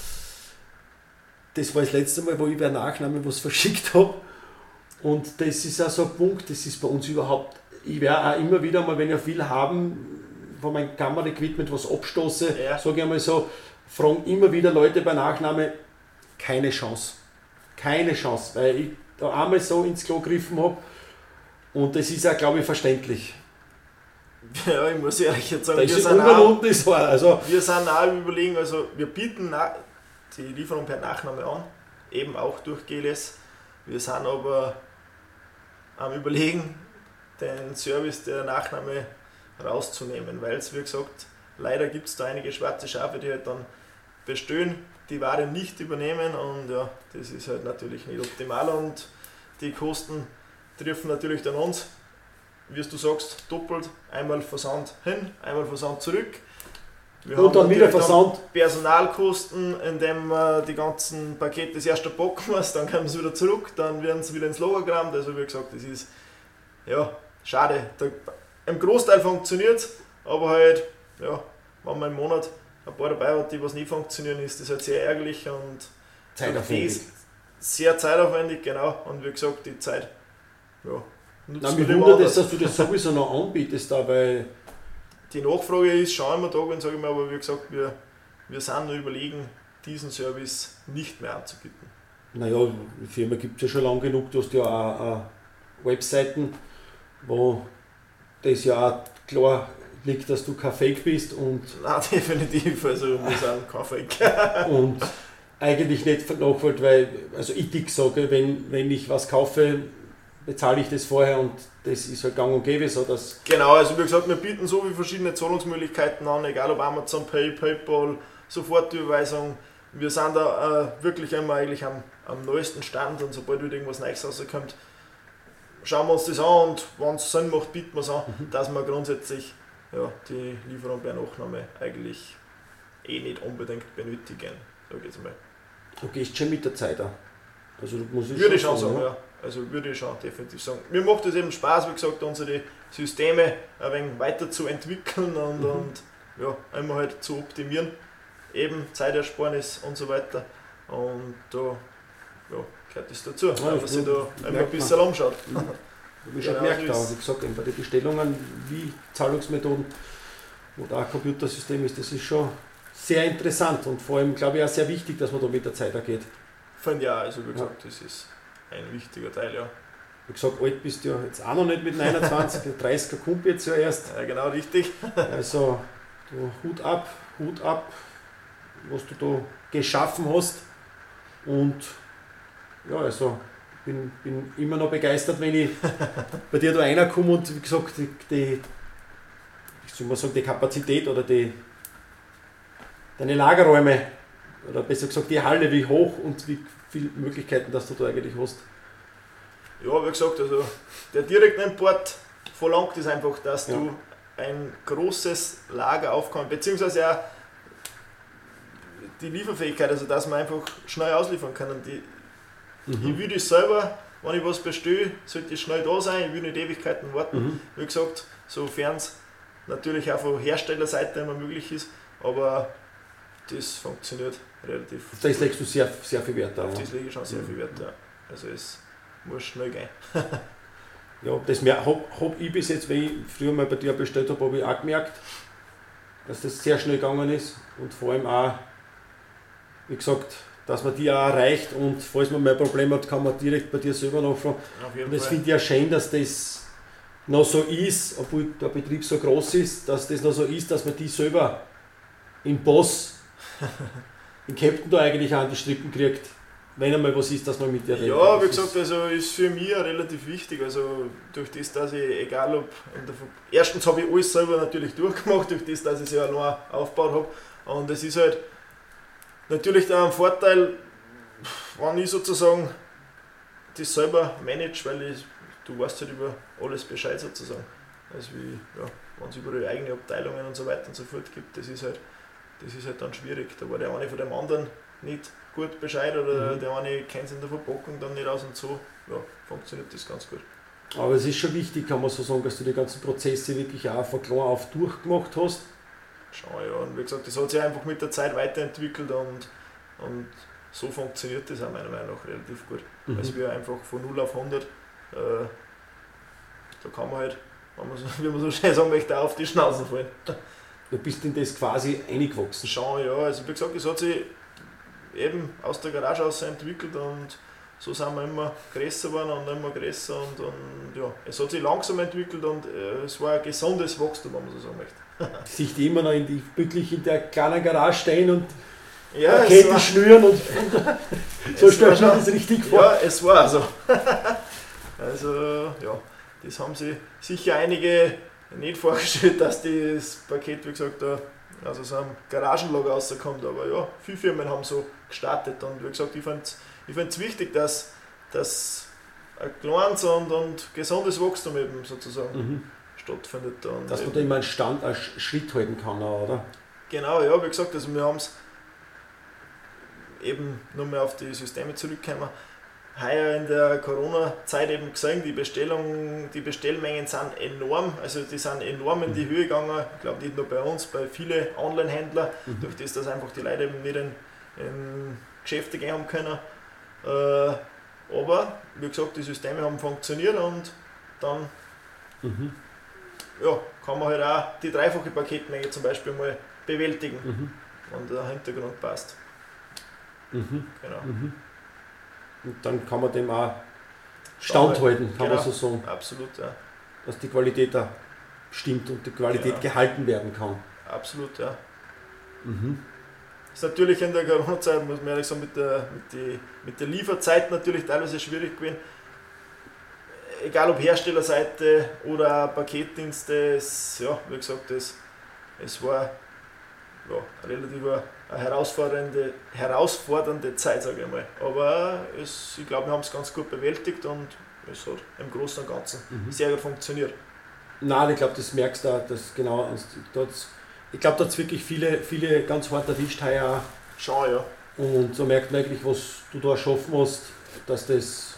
das war das letzte Mal, wo ich bei Nachname was verschickt habe. Und das ist auch so ein Punkt, das ist bei uns überhaupt, ich werde auch immer wieder mal, wenn ich viel haben, von meinem Kameraequipment was abstoße, sage ich einmal so, fragen immer wieder Leute bei Nachname, keine Chance. Keine Chance, weil ich da einmal so ins Klo gegriffen habe und das ist auch, glaube ich, verständlich. Ja, ich muss ehrlich jetzt sagen, wir sind auch überlegen, also wir bieten die Lieferung per Nachname an, eben auch durch GLS. Wir sind aber am Überlegen, den Service der Nachname rauszunehmen, weil es, wie gesagt, leider gibt es da einige schwarze Schafe, die halt dann bestellen, die Ware nicht übernehmen und ja, das ist halt natürlich nicht optimal und die Kosten treffen natürlich dann uns, wie du sagst, doppelt, einmal Versand hin, einmal Versand zurück. Wir und dann wieder Versand. Personalkosten, indem man die ganzen Pakete das erste packen muss, dann kommen sie wieder zurück, dann werden sie wieder ins Lager gerammt. Also wie gesagt, das ist schade. Im Großteil funktioniert es, aber halt, wenn man im Monat ein paar dabei hat, die was nie funktionieren, ist das halt sehr ärgerlich und sehr zeitaufwendig, genau. Und wie gesagt, die Zeit, ja, nutzt mich wundert es, dass du das sowieso noch anbietest, da, weil die Nachfrage ist schon immer da gewesen, sage ich mal, aber wie gesagt, wir sind noch überlegen, diesen Service nicht mehr anzubieten. Naja, die Firma gibt es ja schon lange genug, du hast ja auch Webseiten, wo das ja auch klar liegt, dass du kein Fake bist und. Nein, definitiv, also wir sind kein Fake. Und eigentlich nicht nachfällt, weil, also ich sage, wenn ich was kaufe, bezahle ich das vorher und das ist halt gang und gäbe so, dass. Genau, also wie gesagt, wir bieten so viele verschiedene Zahlungsmöglichkeiten an, egal ob Amazon Pay, PayPal, Sofortüberweisung. Wir sind da wirklich immer eigentlich am neuesten Stand und sobald wieder irgendwas Neues rauskommt, schauen wir uns das an und wenn es Sinn macht, bieten wir es an, dass wir grundsätzlich die Lieferung bei Nachnahme eigentlich nicht unbedingt benötigen, sage ich jetzt mal. Du gehst schon mit der Zeit an. Also würde ich schon sagen, ja. Also würde ich schon definitiv sagen. Mir macht es eben Spaß, wie gesagt, unsere Systeme ein wenig weiterzuentwickeln und immer halt zu optimieren. Eben Zeitersparnis und so weiter. Und da gehört das dazu, wenn man sich da immer ein bisschen umschaut. Wie schon gemerkt, wie gesagt, bei den Bestellungen wie Zahlungsmethoden, wo da ein Computersystem ist, das ist schon sehr interessant und vor allem, glaube ich, auch sehr wichtig, dass man da mit der Zeit geht. Finde ich auch, also wie gesagt, das ist ein wichtiger Teil, ja. Wie gesagt, alt bist du ja jetzt auch noch nicht mit 29, der 30er kommt jetzt ja erst. Ja, genau, richtig. Also, Hut ab, was du da geschaffen hast. Und ja, also bin immer noch begeistert, wenn ich bei dir da reinkomme und wie gesagt, die Kapazität oder deine Lagerräume, oder besser gesagt die Halle, wie hoch und wie viele Möglichkeiten, dass du da eigentlich hast. Ja, wie gesagt, also der Direktimport verlangt es einfach, dass du ein großes Lager aufkommst, beziehungsweise auch die Lieferfähigkeit, also dass wir einfach schnell ausliefern können. Ich will das selber, wenn ich was bestelle, sollte es schnell da sein, ich will nicht Ewigkeiten warten. Wie gesagt, sofern es natürlich auch von Herstellerseite immer möglich ist, aber das funktioniert relativ gut. Das legst du sehr, sehr viel Wert auf. Das lege ich schon sehr viel Wert, ja. Also es muss schnell gehen. Ja, das habe ich bis jetzt, wenn ich früher mal bei dir bestellt habe ich auch gemerkt, dass das sehr schnell gegangen ist und vor allem auch, wie gesagt, dass man die auch erreicht und falls man mal ein Problem hat, kann man direkt bei dir selber nachfragen. Und das finde ich ja schön, dass das noch so ist, obwohl der Betrieb so groß ist, dass das noch so ist, dass man die selber im Boss, im Captain da eigentlich auch an die Strippen kriegt, wenn einmal was ist, dass man mit dir redet. Ja, wie gesagt, also ist für mich relativ wichtig, also durch das, dass ich, egal ob, erstens habe ich alles selber natürlich durchgemacht, durch das, dass ich es ja allein aufgebaut habe und es ist halt natürlich da ein Vorteil, wenn ich sozusagen das selber manage, weil du weißt halt über alles Bescheid sozusagen. Also wenn es überall eigene Abteilungen und so weiter und so fort gibt, das ist halt dann schwierig. Da war der eine von dem anderen nicht gut Bescheid oder der eine kennt es in der Verpackung dann nicht aus und so, funktioniert das ganz gut. Aber es ist schon wichtig, kann man so sagen, dass du die ganzen Prozesse wirklich auch von klein auf durchgemacht hast. Schon, ja, und wie gesagt, das hat sich einfach mit der Zeit weiterentwickelt und so funktioniert das auch meiner Meinung nach relativ gut. Also wir einfach von 0 auf 100, da kann man halt, wie man so schön sagen möchte, auf die Schnauze fallen. Du bist in das quasi eingewachsen. Schon, ja, also wie gesagt, es hat sich eben aus der Garage aus entwickelt und so sind wir immer größer geworden und immer größer und es hat sich langsam entwickelt und es war ein gesundes Wachstum, wenn man so sagen möchte. Sich die immer noch wirklich in der kleinen Garage stehen und ja, Pakete schnüren und so stellt man das richtig vor. Ja, es war so. Also das haben sich sicher einige nicht vorgestellt, dass das Paket, wie gesagt, da aus so einem Garagenlager rauskommt, aber ja, viele Firmen haben so gestartet und wie gesagt, ich finde es wichtig, dass ein kleines und gesundes Wachstum eben sozusagen stattfindet. Und dass man da immer einen Schritt halten kann, oder? Genau, ja, wie gesagt, also wir haben es eben nur mehr auf die Systeme zurückgekommen. Heuer in der Corona-Zeit eben gesehen, die Bestellmengen sind enorm, also die sind enorm in die Höhe gegangen, ich glaube nicht nur bei uns, bei vielen Online-Händlern, durch das, dass einfach die Leute eben nicht in Geschäfte gehen haben können. Aber wie gesagt, die Systeme haben funktioniert und dann ja, kann man halt auch die dreifache Paketmenge zum Beispiel mal bewältigen, wenn der Hintergrund passt. Genau. Und dann kann man dem auch standhalten, kann man so sagen. Absolut, ja. Dass die Qualität da stimmt und die Qualität gehalten werden kann. Absolut, ja. Ist natürlich in der Corona-Zeit, muss man ehrlich sagen, mit der Lieferzeit natürlich teilweise schwierig gewesen. Egal ob Herstellerseite oder Paketdienste, wie gesagt, es war relativ eine herausfordernde Zeit, sage ich mal. Aber ich glaube, wir haben es ganz gut bewältigt und es hat im Großen und Ganzen sehr gut funktioniert. Nein, ich glaube, das merkst du auch, dass genau, ich glaube, da hat es wirklich viele ganz hart erwischt heuer. Schon, ja. Und da merkt man eigentlich, was du da schaffen musst, dass das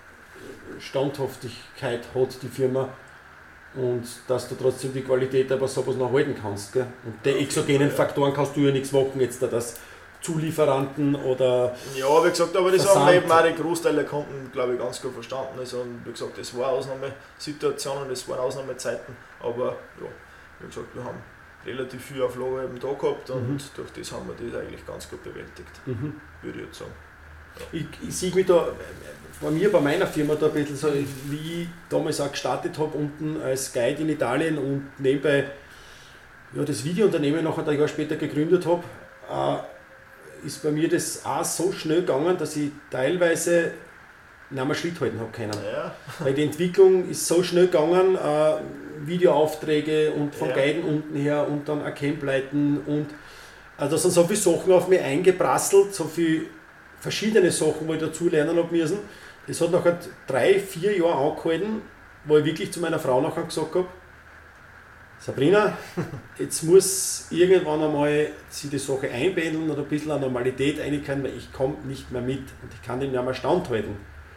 Standhaftigkeit hat, die Firma, und dass du trotzdem die Qualität aber sowas noch halten kannst. Gell? Und die exogenen Faktoren kannst du ja nichts machen, jetzt da das Zulieferanten oder. Ja, wie gesagt, aber das haben eben auch die Großteil der Kunden, glaube ich, ganz gut verstanden. Also, und wie gesagt, das war eine Ausnahmesituation, das waren Ausnahmezeiten, aber ja, wie gesagt, wir haben relativ viel auf Lager eben da gehabt und durch das haben wir das eigentlich ganz gut bewältigt, würde ich jetzt sagen. Ja. Ich sehe mich da bei meiner Firma da ein bisschen so, wie ich damals auch gestartet habe, unten als Guide in Italien und nebenbei das Videounternehmen noch ein Jahr später gegründet habe, ist bei mir das auch so schnell gegangen, dass ich teilweise nicht mehr Schritt halten habe können. Ja. Weil die Entwicklung ist so schnell gegangen, Videoaufträge und von Guiden unten her und dann auch Campleiten und also da sind so viele Sachen auf mich eingeprasselt, so viele verschiedene Sachen, wo ich dazu lernen habe müssen. Das hat nachher 3-4 Jahre angehalten, wo ich wirklich zu meiner Frau nachher gesagt habe, Sabrina, jetzt muss irgendwann einmal sie die Sache einpendeln oder ein bisschen an Normalität reinkommen, weil ich komme nicht mehr mit und ich kann den nicht mehr standhalten.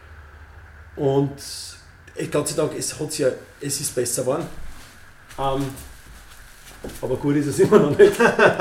Und Gott sei Dank, es ist besser geworden. Aber gut ist es immer noch nicht.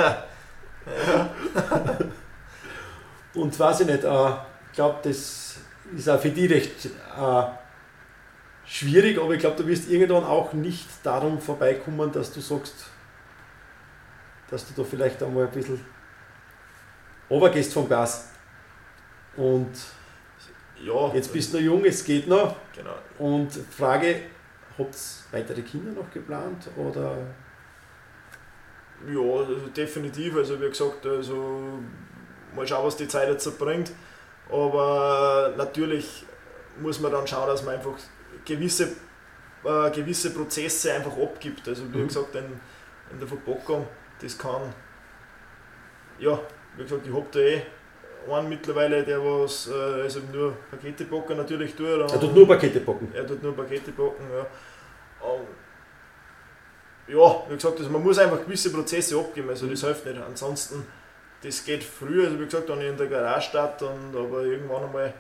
Und weiß ich nicht, ich glaube, das ist auch für dich recht schwierig, aber ich glaube, du wirst irgendwann auch nicht darum vorbeikommen, dass du sagst, dass du da vielleicht einmal ein bisschen runtergehst vom Gas. Und ja, jetzt bist du noch jung, es geht noch. Genau. Und Frage, habt ihr weitere Kinder noch geplant? Oder? Ja, also definitiv. Also wie gesagt, also mal schauen, was die Zeit jetzt so bringt. Aber natürlich muss man dann schauen, dass man einfach gewisse Prozesse einfach abgibt. Also wie gesagt, in der Verpackung, das kann, ja, wie gesagt, ich habe da einen mittlerweile, der was also nur Pakete backen natürlich tut. Er tut nur Pakete backen? Er tut nur Pakete backen, ja. Ja, wie gesagt, also man muss einfach gewisse Prozesse abgeben, also das hilft nicht. Ansonsten, das geht früher, also wie gesagt, dann in der Garage statt, aber irgendwann einmal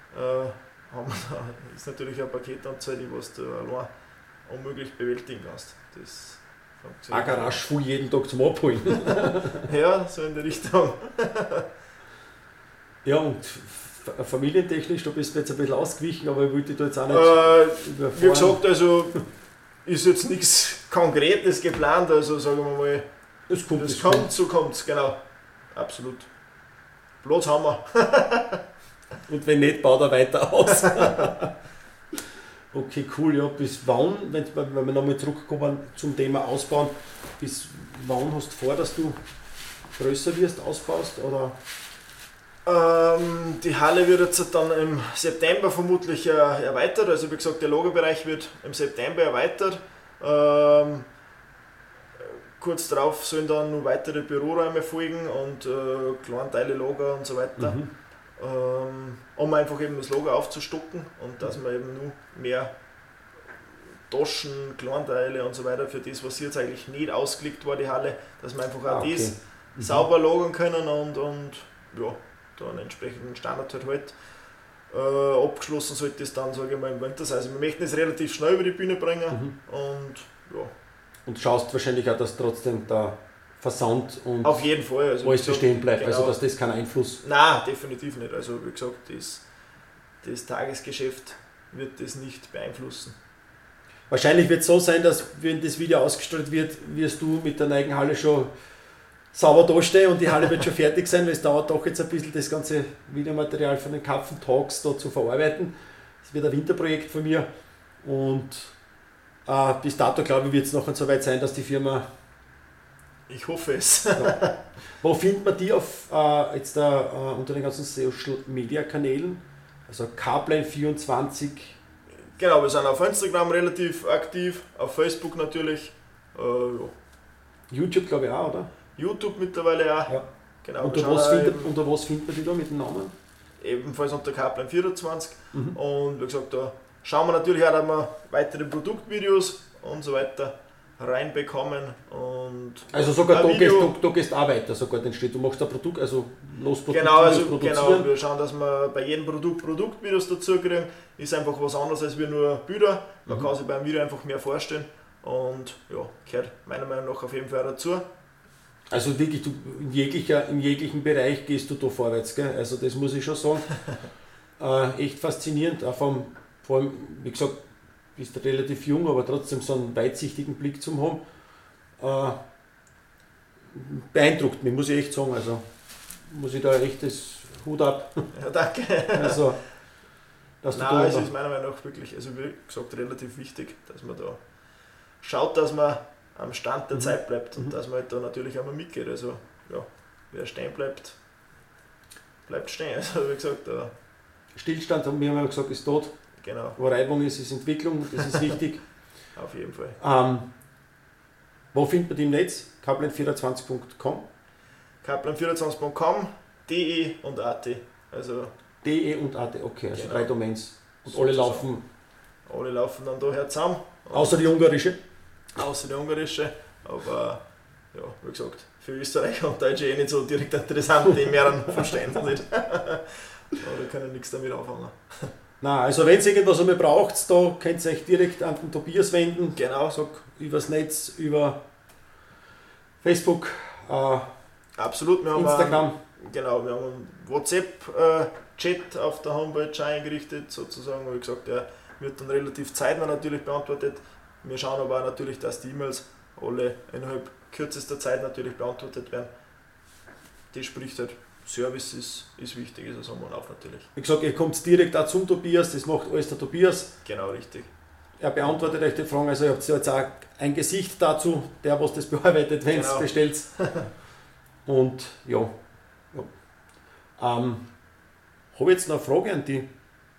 ist natürlich eine Paketanzahl, die was du allein unmöglich bewältigen kannst. Das eine Garage voll jeden Tag zum Abholen. Ja, so in die Richtung. Ja, und familientechnisch, da bist du jetzt ein bisschen ausgewichen, aber ich wollte da jetzt auch nicht überfahren. Wie gesagt, also ist jetzt nichts Konkretes geplant, also sagen wir mal, es kommt, so kommt es, genau. Absolut. Platz haben wir. Und wenn nicht, baut er weiter aus. Okay, cool, ja. Bis wann, wenn wir nochmal zurückkommen zum Thema Ausbauen, bis wann hast du vor, dass du größer wirst, ausbaust? Oder? Die Halle wird jetzt dann im September vermutlich erweitert, also wie gesagt, der Lagerbereich wird im September erweitert. Kurz darauf sollen dann noch weitere Büroräume folgen und Kleinteile Lager und so weiter, um einfach eben das Lager aufzustocken und dass man eben nur mehr Taschen, Kleinteile und so weiter für das, was jetzt eigentlich nicht ausgelegt war, die Halle, dass wir einfach auch das sauber lagern können und ja, da einen entsprechenden Standard halt abgeschlossen sollte es dann, sage ich mal, im Winter sein. Also wir möchten es relativ schnell über die Bühne bringen und ja. Und schaust wahrscheinlich auch, dass trotzdem der Versand und auf jeden Fall, also alles bestehen bleibt, genau. also dass das keinen Einfluss... Nein, definitiv nicht. Also wie gesagt, das das Tagesgeschäft wird das nicht beeinflussen. Wahrscheinlich wird es so sein, dass wenn das Video ausgestrahlt wird, wirst du mit der Neigenhalle schon sauber dastehen und die Halle wird schon fertig sein, weil es dauert doch jetzt ein bisschen, das ganze Videomaterial von den Karpfen-Talks da zu verarbeiten. Das wird ein Winterprojekt von mir und bis dato, glaube ich, wird es noch so weit sein, dass die Firma... Ich hoffe es. Ja. Wo findet man die auf, jetzt unter den ganzen Social Media Kanälen? Also Carpline24. Genau, wir sind auf Instagram relativ aktiv, auf Facebook natürlich. Ja. YouTube glaube ich auch, oder? YouTube mittlerweile auch. Ja. Genau, unter was findet man die da mit dem Namen? Ebenfalls unter Carpline24. Und wie gesagt, da schauen wir natürlich auch, dass wir weitere Produktvideos und so weiter reinbekommen. Und also sogar da gehst auch weiter, sogar den steht. Du machst ein Produkt, also Produktvideos produzieren. Genau, wir schauen, dass wir bei jedem Produkt Produktvideos dazu kriegen. Ist einfach was anderes als wir nur Bilder. Man kann sich beim Video einfach mehr vorstellen. Und ja, gehört meiner Meinung nach auf jeden Fall dazu. Also wirklich, du in jeglichen Bereich gehst du da vorwärts, gell? Also das muss ich schon sagen. Echt faszinierend, auch vor allem, wie gesagt, bist relativ jung, aber trotzdem so einen weitsichtigen Blick zu haben. Beeindruckt mich, muss ich echt sagen. Also muss ich da echt das Hut ab. Ja, danke. Also, dass du Nein, es ist meiner Meinung nach wirklich, also wie gesagt, relativ wichtig, dass man da schaut, dass man am Stand der Zeit bleibt und dass man halt da natürlich einmal mitgeht. Also ja, wer stehen bleibt, bleibt stehen. Also wie gesagt, Stillstand, haben wir ja gesagt, ist tot. Genau. Wo Reibung ist, ist Entwicklung, das ist wichtig. Auf jeden Fall. Wo findet man die im Netz? Carpline24.com Carpline24.com, de und at. Also de und at, okay, also genau. 3 Domains. Und So alle laufen dann daher zusammen. Außer die ungarische? Außer die ungarische, aber ja, wie gesagt, für Österreicher und Deutsche nicht so direkt interessant, die mehreren verstehen das nicht. Aber da können nichts damit anfangen. Nein, also wenn ihr irgendwas einmal braucht, da könnt ihr euch direkt an den Tobias wenden. Genau. Sag, übers Netz, über Facebook, absolut, wir haben Instagram. Wir haben einen WhatsApp-Chat auf der Homepage eingerichtet, sozusagen, wie gesagt, der wird dann relativ zeitnah natürlich beantwortet. Wir schauen aber auch natürlich, dass die E-Mails alle innerhalb kürzester Zeit natürlich beantwortet werden. Das spricht halt, Service ist wichtig, ist also auf natürlich. Wie gesagt, ihr kommt direkt auch zum Tobias, das macht alles der Tobias. Genau, richtig. Er beantwortet euch die Fragen, also ihr habt jetzt auch ein Gesicht dazu, der was das bearbeitet, wenn es bestellt. Und ja. Habe ich jetzt noch eine Frage an dich?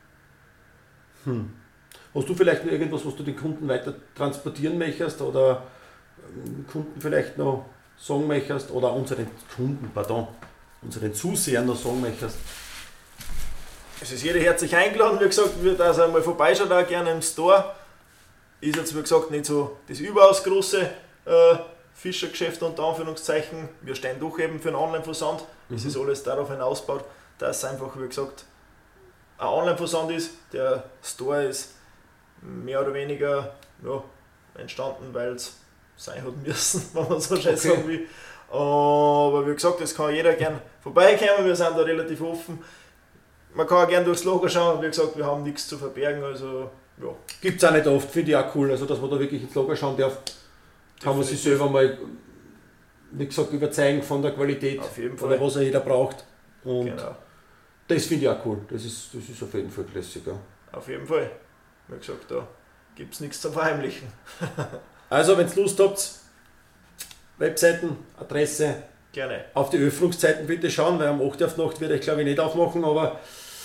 Hast du vielleicht noch irgendwas, was du den Kunden weiter transportieren möchtest oder Kunden vielleicht noch sagen möchtest oder unseren Zusehern noch sagen möchtest? Es ist jeder herzlich eingeladen, wie gesagt, dass er mal vorbeischaut, auch gerne im Store. Ist jetzt, wie gesagt, nicht so das überaus große Fischergeschäft unter Anführungszeichen. Wir stehen doch eben für einen Online-Versand. Es ist alles darauf hinausgebaut, dass es einfach, wie gesagt, ein Online-Versand ist. Der Store ist mehr oder weniger entstanden, weil es sein hat müssen, wenn man so schön sagen will. Aber wie gesagt, es kann jeder gerne vorbeikommen, wir sind da relativ offen. Man kann auch gerne durchs Logo schauen, wie gesagt, wir haben nichts zu verbergen, also ja. Gibt es auch nicht oft, finde ich auch cool, also dass man da wirklich ins Logo schauen darf, kann man sich selber mal, wie gesagt, überzeugen von der Qualität oder was jeder braucht. Und genau. Das finde ich auch cool, das ist auf jeden Fall klassisch. Ja. Auf jeden Fall, wie gesagt, da gibt es nichts zu verheimlichen. Also, wenn ihr Lust habt, Webseiten, Adresse, gerne. Auf die Öffnungszeiten bitte schauen, weil um 8 Uhr auf die Nacht werde ich glaube ich nicht aufmachen, aber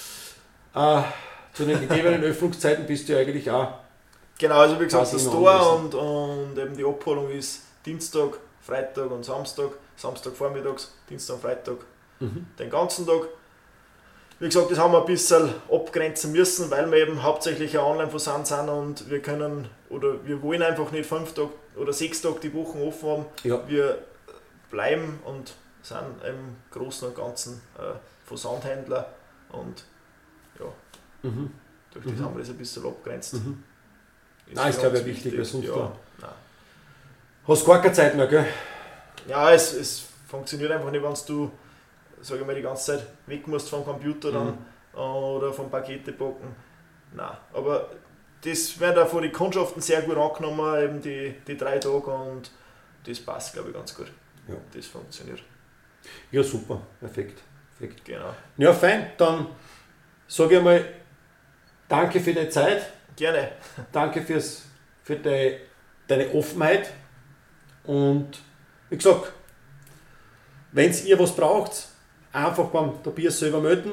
zu den gegebenen Öffnungszeiten bist du eigentlich auch. Genau, also wie gesagt, das Store und eben die Abholung ist Dienstag, Freitag und Samstag. Samstag vormittags, Dienstag und Freitag den ganzen Tag. Wie gesagt, das haben wir ein bisschen abgrenzen müssen, weil wir eben hauptsächlich ein Online-Versand sind und wir können oder wir wollen einfach nicht 5 Tage oder 6 Tage die Woche offen haben. Ja. Wir bleiben und sind im Großen und Ganzen Versandhändler und ja, durch das haben wir das ein bisschen abgrenzt. Nein, ist glaube ich wichtig, weil sonst ja, hast gar keine Zeit mehr, gell? Ja, es funktioniert einfach nicht, wenn du, sage ich mal, die ganze Zeit weg musst vom Computer, dann oder vom Pakete backen. Nein, aber das wird auch von den Kundschaften sehr gut angenommen, eben die 3 Tage, und das passt, glaube ich, ganz gut. Ja. Das funktioniert. Ja, super, perfekt. Genau. Ja, fein, dann sage ich einmal danke für deine Zeit, Gerne. danke für deine Offenheit und wie gesagt, wenn ihr was braucht, einfach beim Tobias selber melden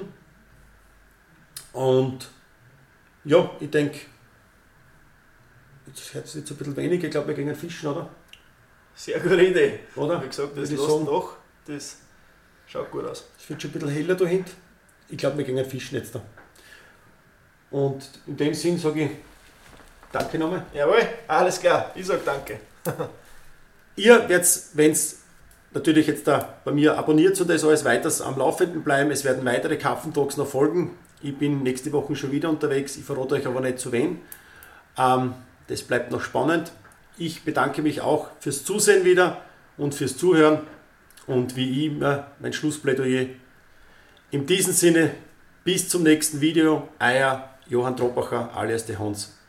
und ja, ich denke, jetzt hört es jetzt ein bisschen wenig, ich glaube wir gehen fischen, oder? Sehr gute Idee. Oder? Wie gesagt, das Würde ich lässt sagen. noch. Das schaut gut aus. Es wird schon ein bisschen heller da hinten. Ich glaube, wir gehen fischen jetzt da. Und in dem Sinn sage ich danke nochmal. Jawohl, alles klar. Ich sage danke. Ihr werdet, wenn es natürlich jetzt da bei mir abonniert, so das alles weiters am Laufenden bleiben. Es werden weitere Karpfentalks noch folgen. Ich bin nächste Woche schon wieder unterwegs. Ich verrate euch aber nicht zu wen. Das bleibt noch spannend. Ich bedanke mich auch fürs Zusehen wieder und fürs Zuhören. Und wie immer mein Schlussplädoyer. In diesem Sinne, bis zum nächsten Video. Euer Johann Troppacher alias der Hans.